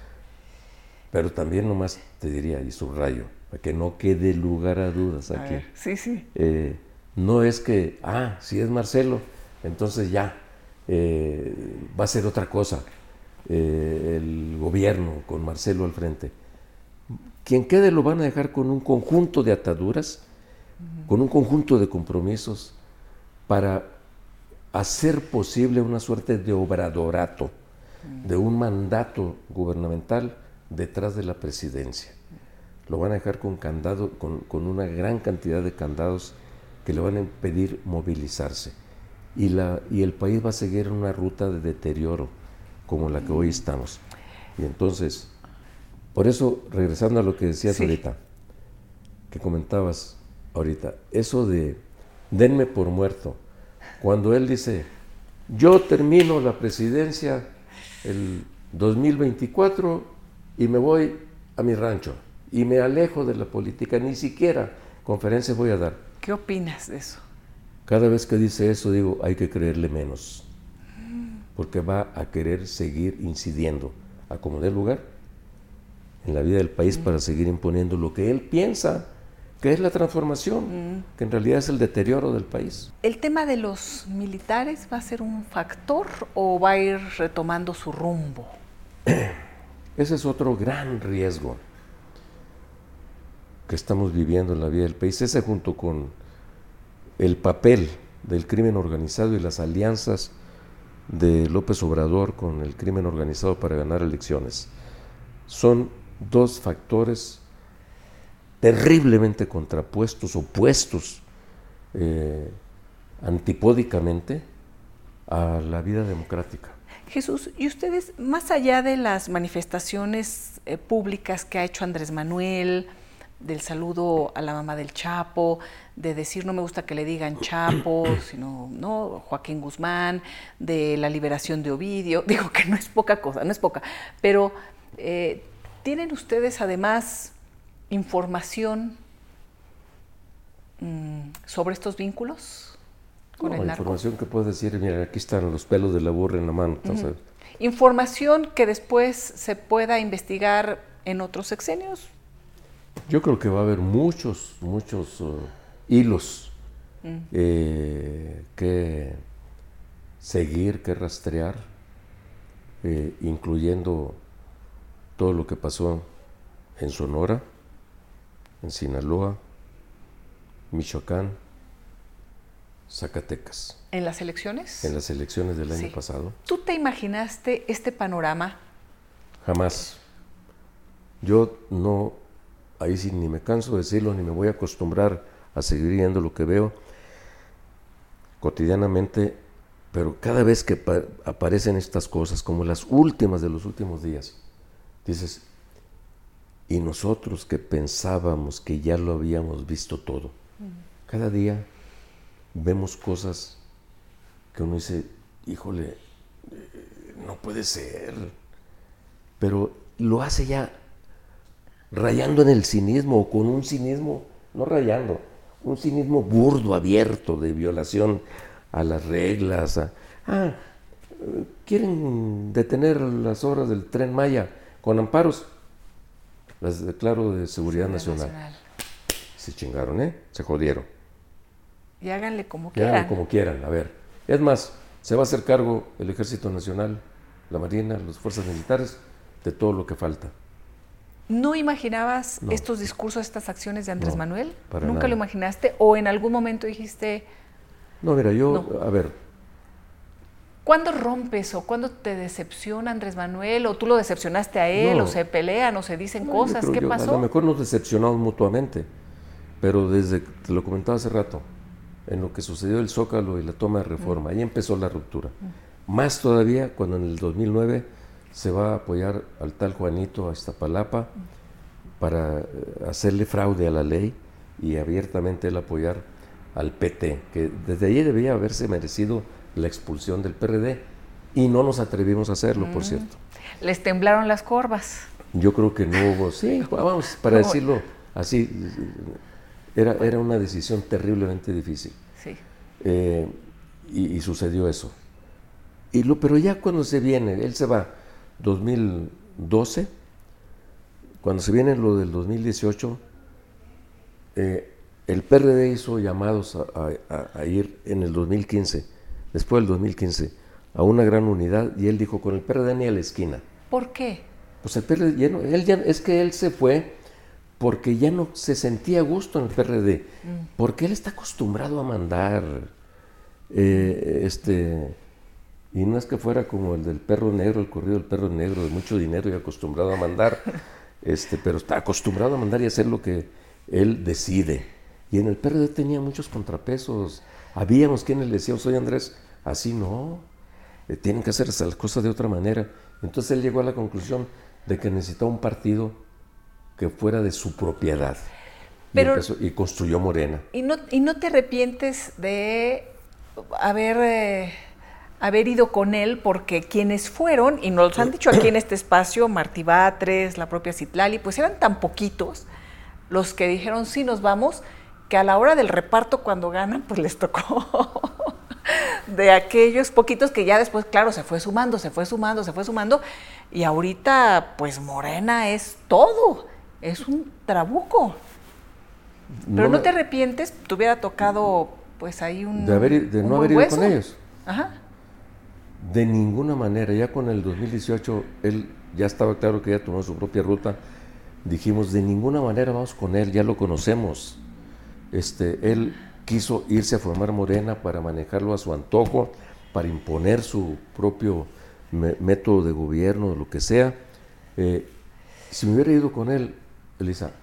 pero también nomás te diría, y subrayo, para que no quede lugar a dudas aquí. A ver, sí, sí. Eh, no es que, ah, si es Marcelo, entonces ya, eh, va a ser otra cosa eh, el gobierno con Marcelo al frente. Quien quede lo van a dejar con un conjunto de ataduras, uh-huh. con un conjunto de compromisos para hacer posible una suerte de obradorato, uh-huh. de un mandato gubernamental detrás de la presidencia. Lo van a dejar con candado, con, con una gran cantidad de candados que le van a impedir movilizarse. Y, la, y el país va a seguir en una ruta de deterioro como la que hoy estamos. Y entonces, por eso, regresando a lo que decías sí. ahorita, que comentabas ahorita, eso de denme por muerto, cuando él dice, yo termino la presidencia el dos mil veinticuatro y me voy a mi rancho y me alejo de la política, ni siquiera conferencia voy a dar. ¿Qué opinas de eso? Cada vez que dice eso digo, hay que creerle menos, porque va a querer seguir incidiendo a como dé lugar en la vida del país mm. para seguir imponiendo lo que él piensa que es la transformación, mm. que en realidad es el deterioro del país. ¿El tema de los militares va a ser un factor o va a ir retomando su rumbo? Ese es otro gran riesgo que estamos viviendo en la vida del país, ese junto con el papel del crimen organizado y las alianzas de López Obrador con el crimen organizado para ganar elecciones. Son dos factores terriblemente contrapuestos, opuestos eh, antipódicamente a la vida democrática. Jesús, ¿y ustedes, más allá de las manifestaciones eh, públicas que ha hecho Andrés Manuel, del saludo a la mamá del Chapo, de decir no me gusta que le digan Chapo, sino no Joaquín Guzmán, de la liberación de Ovidio, digo que no es poca cosa, no es poca, pero eh, ¿tienen ustedes además información mmm, sobre estos vínculos con no, el narco? Información que puedes decir, mira, aquí están los pelos de la burra en la mano. Uh-huh. Información que después se pueda investigar en otros sexenios. Yo creo que va a haber muchos, muchos uh, hilos mm. eh, que seguir, que rastrear, eh, incluyendo todo lo que pasó en Sonora, en Sinaloa, Michoacán, Zacatecas. ¿En las elecciones? En las elecciones del sí. año pasado. ¿Tú te imaginaste este panorama? Jamás. Yo no... Ahí sí ni me canso de decirlo, ni me voy a acostumbrar a seguir viendo lo que veo cotidianamente, pero cada vez que pa- aparecen estas cosas, como las últimas de los últimos días, dices, y nosotros que pensábamos que ya lo habíamos visto todo, uh-huh. Cada día vemos cosas que uno dice, híjole, no puede ser, pero lo hace ya rayando en el cinismo, o con un cinismo, no rayando, un cinismo burdo, abierto, de violación a las reglas. A, ah, quieren detener las obras del Tren Maya con amparos, las declaro de seguridad, seguridad nacional. nacional. Se chingaron, ¿eh? Se jodieron. Y háganle como y quieran. Háganle como quieran, a ver. Es más, se va a hacer cargo el Ejército Nacional, la Marina, las fuerzas militares, de todo lo que falta. ¿No imaginabas no. estos discursos, estas acciones de Andrés no, Manuel? Para ¿Nunca nada. lo imaginaste? ¿O en algún momento dijiste...? No, mira, yo, no. a ver... ¿Cuándo rompes o cuándo te decepciona Andrés Manuel? ¿O tú lo decepcionaste a él? No. ¿O se pelean o se dicen no, cosas? ¿Qué yo, pasó? A lo mejor nos decepcionamos mutuamente, pero desde, te lo comentaba hace rato, en lo que sucedió el Zócalo y la toma de Reforma, mm. ahí empezó la ruptura. Mm. Más todavía cuando en el dos mil nueve se va a apoyar al tal Juanito a Iztapalapa mm. para hacerle fraude a la ley y abiertamente él apoyar al P T, que desde ahí debía haberse merecido la expulsión del P R D y no nos atrevimos a hacerlo, mm. por cierto. Les temblaron las corvas. Yo creo que no hubo, sí, vamos, para decirlo así, era, era una decisión terriblemente difícil. Sí. Eh, y, y sucedió eso. Y lo, pero ya cuando se viene, él se va dos mil doce, cuando se viene lo del dos mil dieciocho, eh, el P R D hizo llamados a, a, a ir en el dos mil quince, después del dos mil quince, a una gran unidad, y él dijo, con el P R D ni a la esquina. ¿Por qué? Pues el P R D, ya no, él ya, es que él se fue porque ya no se sentía a gusto en el P R D, mm. porque él está acostumbrado a mandar, eh, este, y no es que fuera como el del perro negro, el corrido del perro negro, de mucho dinero y acostumbrado a mandar, este, pero está acostumbrado a mandar y hacer lo que él decide. Y en el P R D tenía muchos contrapesos. Habíamos quienes le decían, oye Andrés, así no, eh, tienen que hacer las cosas de otra manera. Entonces él llegó a la conclusión de que necesitaba un partido que fuera de su propiedad. Pero, y, empezó, y construyó Morena. ¿Y no, y no te arrepientes de haber, eh, haber ido con él? Porque quienes fueron, y nos han dicho aquí en este espacio, Martí Batres, la propia Citlali, pues eran tan poquitos los que dijeron sí nos vamos, que a la hora del reparto cuando ganan, pues les tocó de aquellos poquitos que ya después, claro, se fue sumando, se fue sumando, se fue sumando, y ahorita pues Morena es todo, es un trabuco. Pero no, no te arrepientes, te hubiera tocado pues ahí un De, haber, de un no haber ido hueso. con ellos. Ajá. De ninguna manera, ya con el dos mil dieciocho, él ya estaba claro que ya tomó su propia ruta. Dijimos, de ninguna manera vamos con él, ya lo conocemos. Este, él quiso irse a formar Morena para manejarlo a su antojo, para imponer su propio me- método de gobierno, lo que sea. Eh, si me hubiera ido con él, Elisa,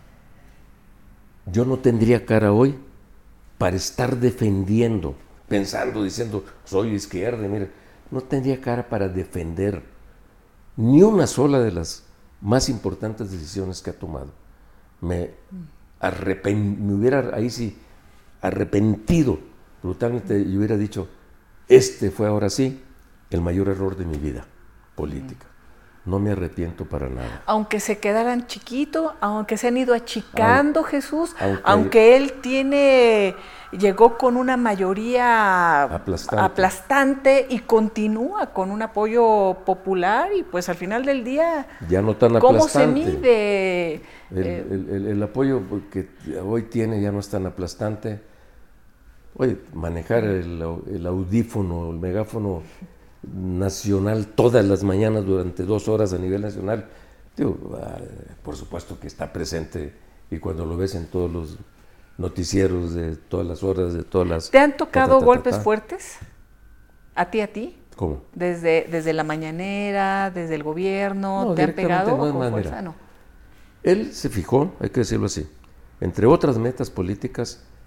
yo no tendría cara hoy para estar defendiendo, pensando, diciendo, soy izquierda, y mire, no tendría cara para defender ni una sola de las más importantes decisiones que ha tomado. Me, arrepent, me hubiera ahí sí arrepentido brutalmente y hubiera dicho, este fue ahora sí el mayor error de mi vida política. No me arrepiento para nada. Aunque se quedaran chiquito, aunque se han ido achicando, aunque, Jesús, aunque, aunque él tiene, llegó con una mayoría aplastante. aplastante y continúa con un apoyo popular y pues al final del día, ya no tan ¿cómo aplastante. se mide? El, eh, el, el, el apoyo que hoy tiene ya no es tan aplastante. Oye, manejar el, el audífono, el megáfono nacional todas las mañanas durante dos horas a nivel nacional, digo, por supuesto que está presente y cuando lo ves en todos los noticieros de todas las horas, de todas las... ¿Te han tocado ta, ta, ta, golpes ta, ta. fuertes? ¿A ti, a ti? ¿Cómo? Desde, desde la mañanera, desde el gobierno, No, ¿te han pegado no o es con más, fuerza? mira, No. Él se fijó, hay que decirlo así, entre otras metas políticas,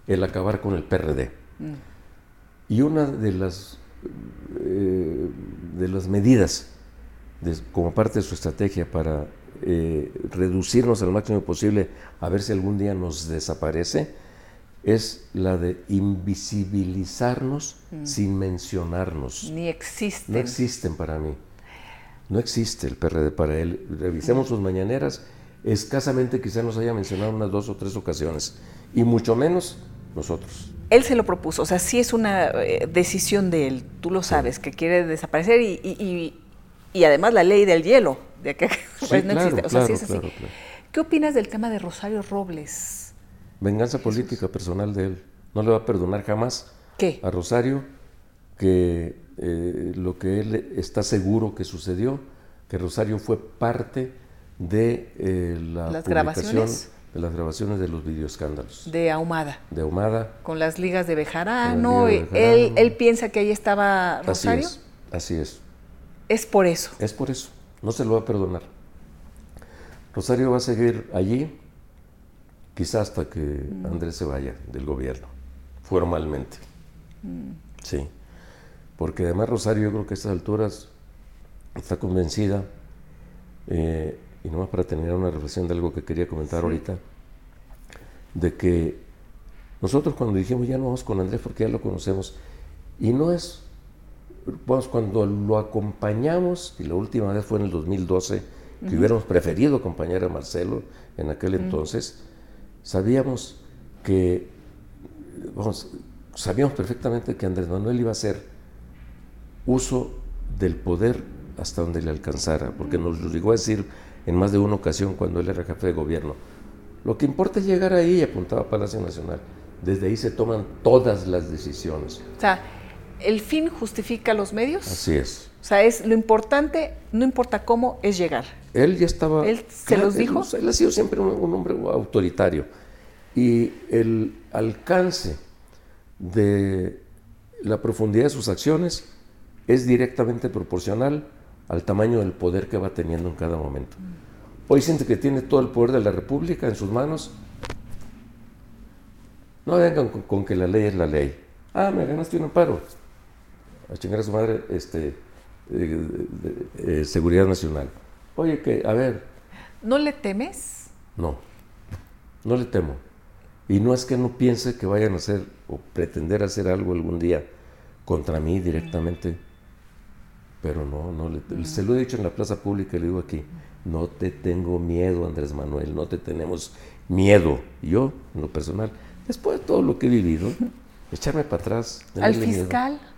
el acabar con el P R D. Mm. Y una de las, eh, de las medidas de, como parte de su estrategia para eh, reducirnos al máximo posible a ver si algún día nos desaparece, es la de invisibilizarnos mm. sin mencionarnos. Ni existen. No existen para mí. No existe el P R D para él. Revisemos mm. sus mañaneras, escasamente quizá nos haya mencionado unas dos o tres ocasiones, y mucho menos nosotros. Él se lo propuso, o sea, sí es una eh, decisión de él, tú lo sabes, sí. que quiere desaparecer y, y, y, y además la ley del hielo, de que sí, pues, no claro, existe, o claro, sea, sí es así. Claro, claro. ¿Qué opinas del tema de Rosario Robles? Venganza Jesús. política personal de él. No le va a perdonar jamás ¿Qué? a Rosario que eh, lo que él está seguro que sucedió, que Rosario fue parte de eh, la ¿Las publicación grabaciones? de las grabaciones de los videoescándalos. De Ahumada. De Ahumada. Con las ligas de Bejarano. Ligas de Bejarano. Él, él piensa que ahí estaba Rosario. Así es, así es. Es por eso. Es por eso. No se lo va a perdonar. Rosario va a seguir allí, quizás hasta que mm. Andrés se vaya del gobierno, formalmente. Mm. Sí. Porque además Rosario, yo creo que a estas alturas está convencida, eh, y nomás para terminar una reflexión de algo que quería comentar sí. ahorita, de que nosotros cuando dijimos ya no vamos con Andrés porque ya lo conocemos, y no es, vamos, cuando lo acompañamos, y la última vez fue en el dos mil doce, que uh-huh. hubiéramos preferido acompañar a Marcelo en aquel uh-huh. entonces, sabíamos que, vamos, sabíamos perfectamente que Andrés Manuel iba a hacer uso del poder hasta donde le alcanzara, porque nos lo llegó a decir en más de una ocasión cuando él era jefe de gobierno. Lo que importa es llegar ahí, y apuntaba a Palacio Nacional. Desde ahí se toman todas las decisiones. O sea, ¿el fin justifica los medios? Así es. O sea, es lo importante, no importa cómo, es llegar. Él ya estaba... ¿Él se los dijo? Él, él ha sido siempre un, un hombre autoritario. Y el alcance de la profundidad de sus acciones es directamente proporcional al tamaño del poder que va teniendo en cada momento. Hoy siente que tiene todo el poder de la República en sus manos. No vengan con, con que la ley es la ley. Ah, me ganaste un amparo. A chingar a su madre, este, eh, eh, Seguridad Nacional. Oye, que, a ver. ¿No le temes? No, no le temo. Y no es que no piense que vayan a hacer o pretender hacer algo algún día contra mí directamente. Pero no, no le, mm. se lo he dicho en la plaza pública y le digo aquí, no te tengo miedo, Andrés Manuel, no te tenemos miedo. Y yo, en lo personal, después de todo lo que he vivido, echarme para atrás. ¿Al fiscal? Miedo.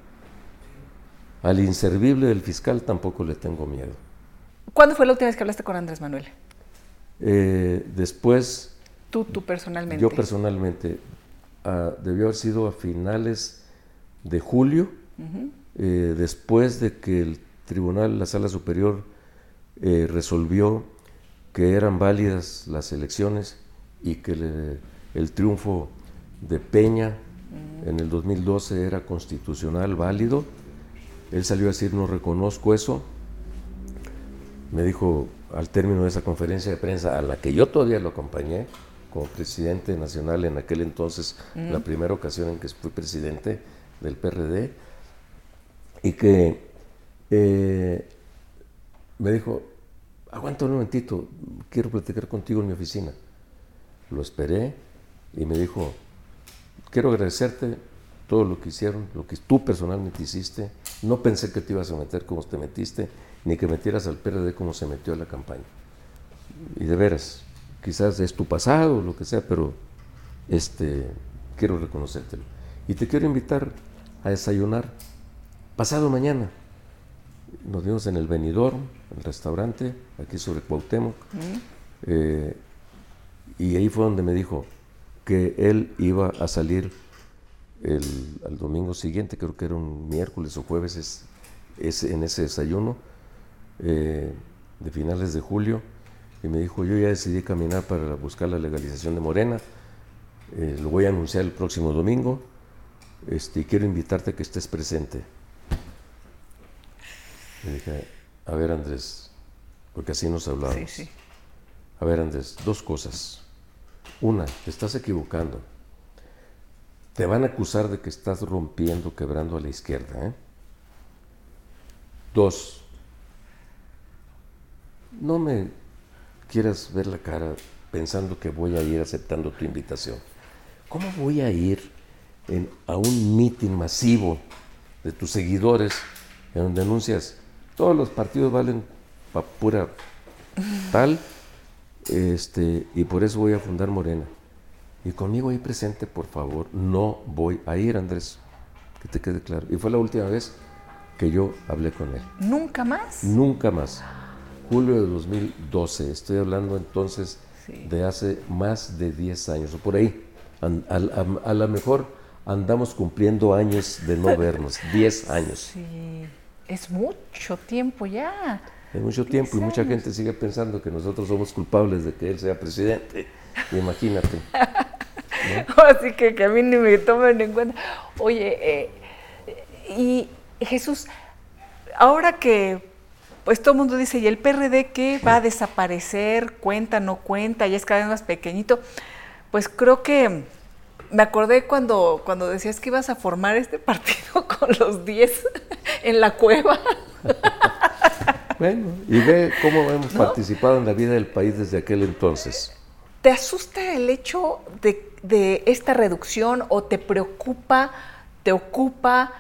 Al inservible del fiscal tampoco le tengo miedo. ¿Cuándo fue la última vez que hablaste con Andrés Manuel? Eh, después... Tú, tú personalmente. Yo personalmente. Uh, debió haber sido a finales de julio, uh-huh. eh, después de que el tribunal, la Sala Superior, eh, resolvió que eran válidas las elecciones y que le, el triunfo de Peña uh-huh. en el dos mil doce era constitucional, válido. Él salió a decir, no reconozco eso. Me dijo, al término de esa conferencia de prensa, a la que yo todavía lo acompañé, como presidente nacional en aquel entonces, mm. la primera ocasión en que fui presidente del P R D, y que eh, me dijo, aguanta un momentito, quiero platicar contigo en mi oficina. Lo esperé y me dijo, quiero agradecerte todo lo que hicieron, lo que tú personalmente hiciste. No pensé que te ibas a meter como te metiste, ni que metieras al P R D como se metió en la campaña. Y de veras, quizás es tu pasado o lo que sea, pero este, quiero reconocértelo. Y te quiero invitar a desayunar pasado mañana. Nos vimos en el Benidorm, el restaurante, aquí sobre Cuauhtémoc. ¿Mm? Eh, y ahí fue donde me dijo que él iba a salir el, al domingo siguiente, creo que era un miércoles o jueves, es, es, en ese desayuno eh, de finales de julio. Y me dijo, yo ya decidí caminar para buscar la legalización de Morena, eh, lo voy a anunciar el próximo domingo, este, y quiero invitarte a que estés presente. Le dije, a ver Andrés, porque así nos hablábamos. Sí, sí. A ver Andrés, dos cosas. Una, te estás equivocando. te van a acusar de que estás rompiendo, quebrando a la izquierda. ¿eh? Dos, no me quieras ver la cara pensando que voy a ir aceptando tu invitación. ¿Cómo voy a ir en, a un mitin masivo de tus seguidores en donde anuncias todos los partidos valen pa' pura tal, este, y por eso voy a fundar Morena? Y conmigo ahí presente, por favor, no voy a ir, Andrés, que te quede claro. Y fue la última vez que yo hablé con él. ¿Nunca más? Nunca más. Julio de dos mil doce, estoy hablando entonces Sí. de hace más de diez años, o por ahí. A, a, a, a lo mejor andamos cumpliendo años de no vernos, diez años. Sí, es mucho tiempo ya. Es mucho tiempo y mucha gente sigue pensando que nosotros somos culpables de que él sea presidente. Imagínate. ¿no? Así que, que a mí ni me tomen en cuenta. Oye, eh, y Jesús, ahora que pues todo el mundo dice, ¿y el P R D qué? ¿Va a desaparecer? ¿Cuenta, no cuenta? Ya es cada vez más pequeñito. Pues creo que me acordé cuando, cuando decías que ibas a formar este partido con los diez en la cueva. Bueno, y ve cómo hemos ¿no? participado en la vida del país desde aquel entonces. ¿Te asusta el hecho de, de esta reducción o te preocupa, te ocupa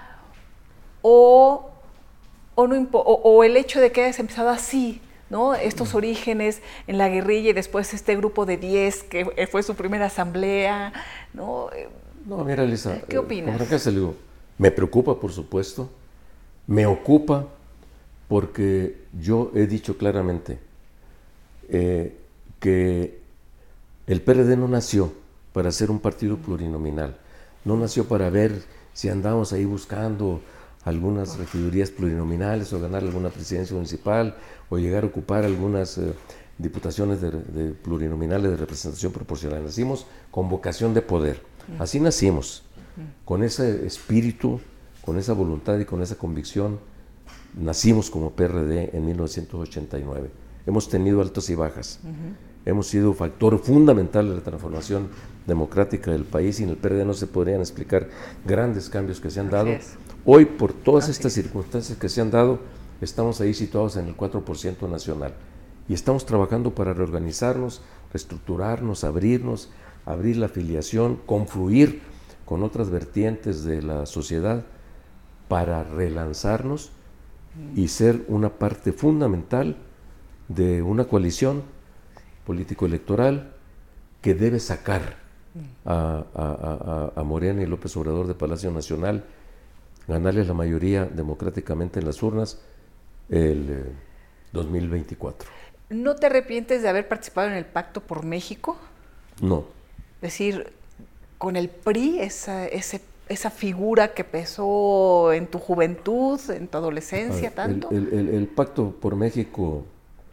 o, o, no impo- o, o el hecho de que hayas empezado así, ¿no? Estos orígenes en la guerrilla y después este grupo de diez que fue su primera asamblea, ¿no? No, mira, Elisa, ¿Qué opinas? Con franqueza le digo, me preocupa, por supuesto, me ocupa porque yo he dicho claramente eh, que el P R D no nació para ser un partido plurinominal, no nació para ver si andamos ahí buscando algunas regidurías plurinominales o ganar alguna presidencia municipal o llegar a ocupar algunas eh, diputaciones de, de plurinominales de representación proporcional. Nacimos con vocación de poder, así nacimos, con ese espíritu, con esa voluntad y con esa convicción. Nacimos como P R D en mil novecientos ochenta y nueve. Hemos tenido altas y bajas. Uh-huh. Hemos sido factor fundamental de la transformación democrática del país y en el P R D no se podrían explicar grandes cambios que se han dado. Hoy, por todas Así estas es. circunstancias que se han dado, estamos ahí situados en el cuatro por ciento nacional y estamos trabajando para reorganizarnos, reestructurarnos, abrirnos, abrir la afiliación, confluir con otras vertientes de la sociedad para relanzarnos y ser una parte fundamental de una coalición político-electoral que debe sacar a, a, a, a Morena y López Obrador de Palacio Nacional, ganarles la mayoría democráticamente en las urnas el eh, dos mil veinticuatro. ¿No te arrepientes de haber participado en el Pacto por México? No. Es decir, con el P R I, esa, ese esa figura que pesó en tu juventud, en tu adolescencia, ver, tanto. El, el, el Pacto por México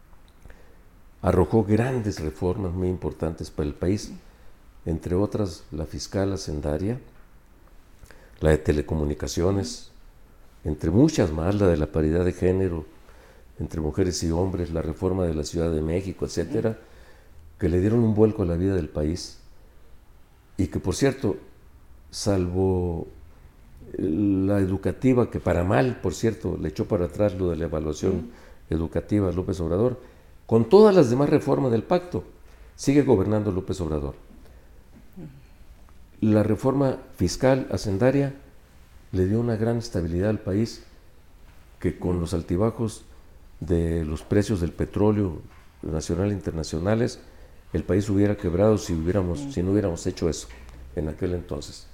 arrojó grandes reformas muy importantes para el país, entre otras la fiscal hacendaria, la de telecomunicaciones, entre muchas más, la de la paridad de género entre mujeres y hombres, la reforma de la Ciudad de México, etcétera, que le dieron un vuelco a la vida del país y que, por cierto, salvo la educativa, que para mal, por cierto, le echó para atrás lo de la evaluación uh-huh. educativa a López Obrador, con todas las demás reformas del pacto, sigue gobernando López Obrador. Uh-huh. La reforma fiscal hacendaria le dio una gran estabilidad al país, que con uh-huh. los altibajos de los precios del petróleo nacional e internacionales, el país hubiera quebrado si, hubiéramos, uh-huh. si no hubiéramos hecho eso en aquel entonces.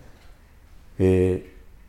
Eh,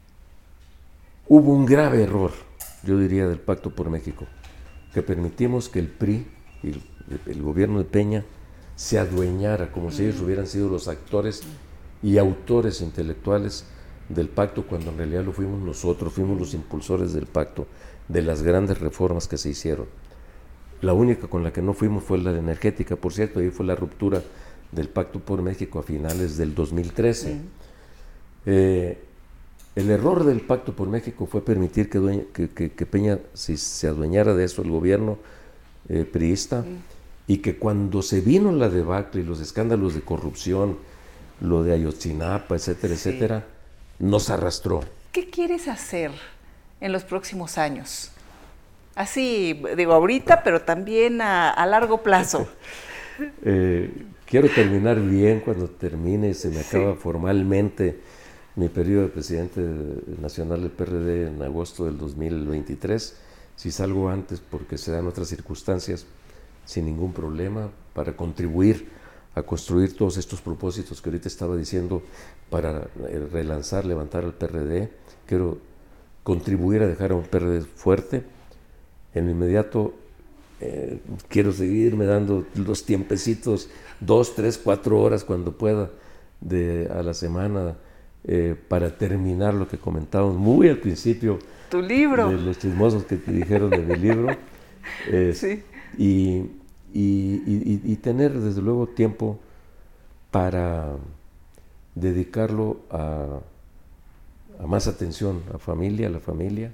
hubo un grave error, yo diría, del Pacto por México, que permitimos que el P R I y el, el gobierno de Peña se adueñara, como si ellos hubieran sido los actores y autores intelectuales del pacto, cuando en realidad lo fuimos nosotros, fuimos los impulsores del pacto, de las grandes reformas que se hicieron. La única con la que no fuimos fue la de energética, por cierto, ahí fue la ruptura del Pacto por México a finales del dos mil trece. Sí. Eh, el error del Pacto por México fue permitir que, dueña, que, que, que Peña se, se adueñara de eso, el gobierno eh, priista, sí. y que cuando se vino la debacle y los escándalos de corrupción, lo de Ayotzinapa, etcétera, Sí. etcétera, nos arrastró. ¿Qué quieres hacer en los próximos años? Así, digo, ahorita, pero también a, a largo plazo. Eh, quiero terminar bien cuando termine, se me Sí. acaba formalmente mi periodo de presidente nacional del P R D en agosto del dos mil veintitrés. Si salgo antes porque se dan otras circunstancias, sin ningún problema, para contribuir a construir todos estos propósitos que ahorita estaba diciendo para eh, relanzar, levantar al P R D. Quiero contribuir a dejar a un P R D fuerte. En lo inmediato eh, quiero seguirme dando los tiempecitos, dos, tres, cuatro horas cuando pueda de, a la semana eh, para terminar lo que comentábamos muy al principio. Tu libro. De los chismosos que te dijeron de mi libro. Eh, Sí. Y, y, y, y tener desde luego tiempo para dedicarlo a, a más atención a familia, a la familia.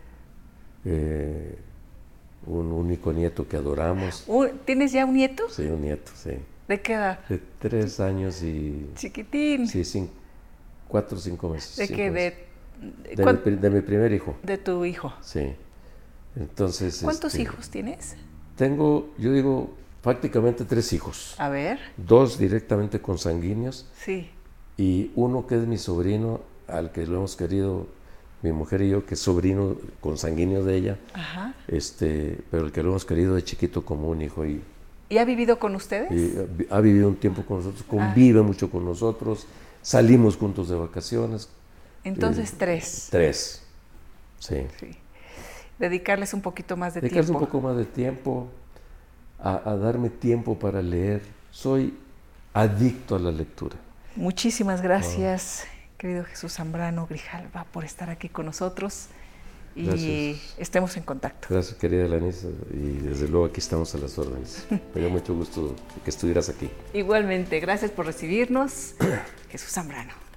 Eh, un único nieto que adoramos. Uh, ¿Tienes ya un nieto? Sí, un nieto, sí. ¿De qué edad? De tres años y... Chiquitín. Sí, cinco, cuatro o cinco meses. ¿De cinco qué? meses. De, De, mi, pri- de mi primer hijo. de tu hijo. Sí. Entonces... ¿Cuántos este, hijos tienes? Tengo, yo digo, prácticamente tres hijos. A ver. Dos directamente consanguíneos Sí. y uno que es mi sobrino, al que lo hemos querido mi mujer y yo, que es sobrino consanguíneo de ella, Ajá. este, pero el que lo hemos querido de chiquito como un hijo y, ¿Y ha vivido con ustedes? y ha vivido un tiempo con nosotros, convive ah. mucho con nosotros, salimos juntos de vacaciones. Entonces eh, tres. Tres, sí. Sí. Dedicarles un poquito más de Dedicarles tiempo. un poco más de tiempo, a, a darme tiempo para leer. Soy adicto a la lectura. Muchísimas gracias, oh. querido Jesús Zambrano Grijalva, por estar aquí con nosotros y gracias. Estemos en contacto. Gracias, querida Lanisa, y desde luego aquí estamos a las órdenes. Me dio mucho gusto que estuvieras aquí. Igualmente, gracias por recibirnos, Jesús Zambrano.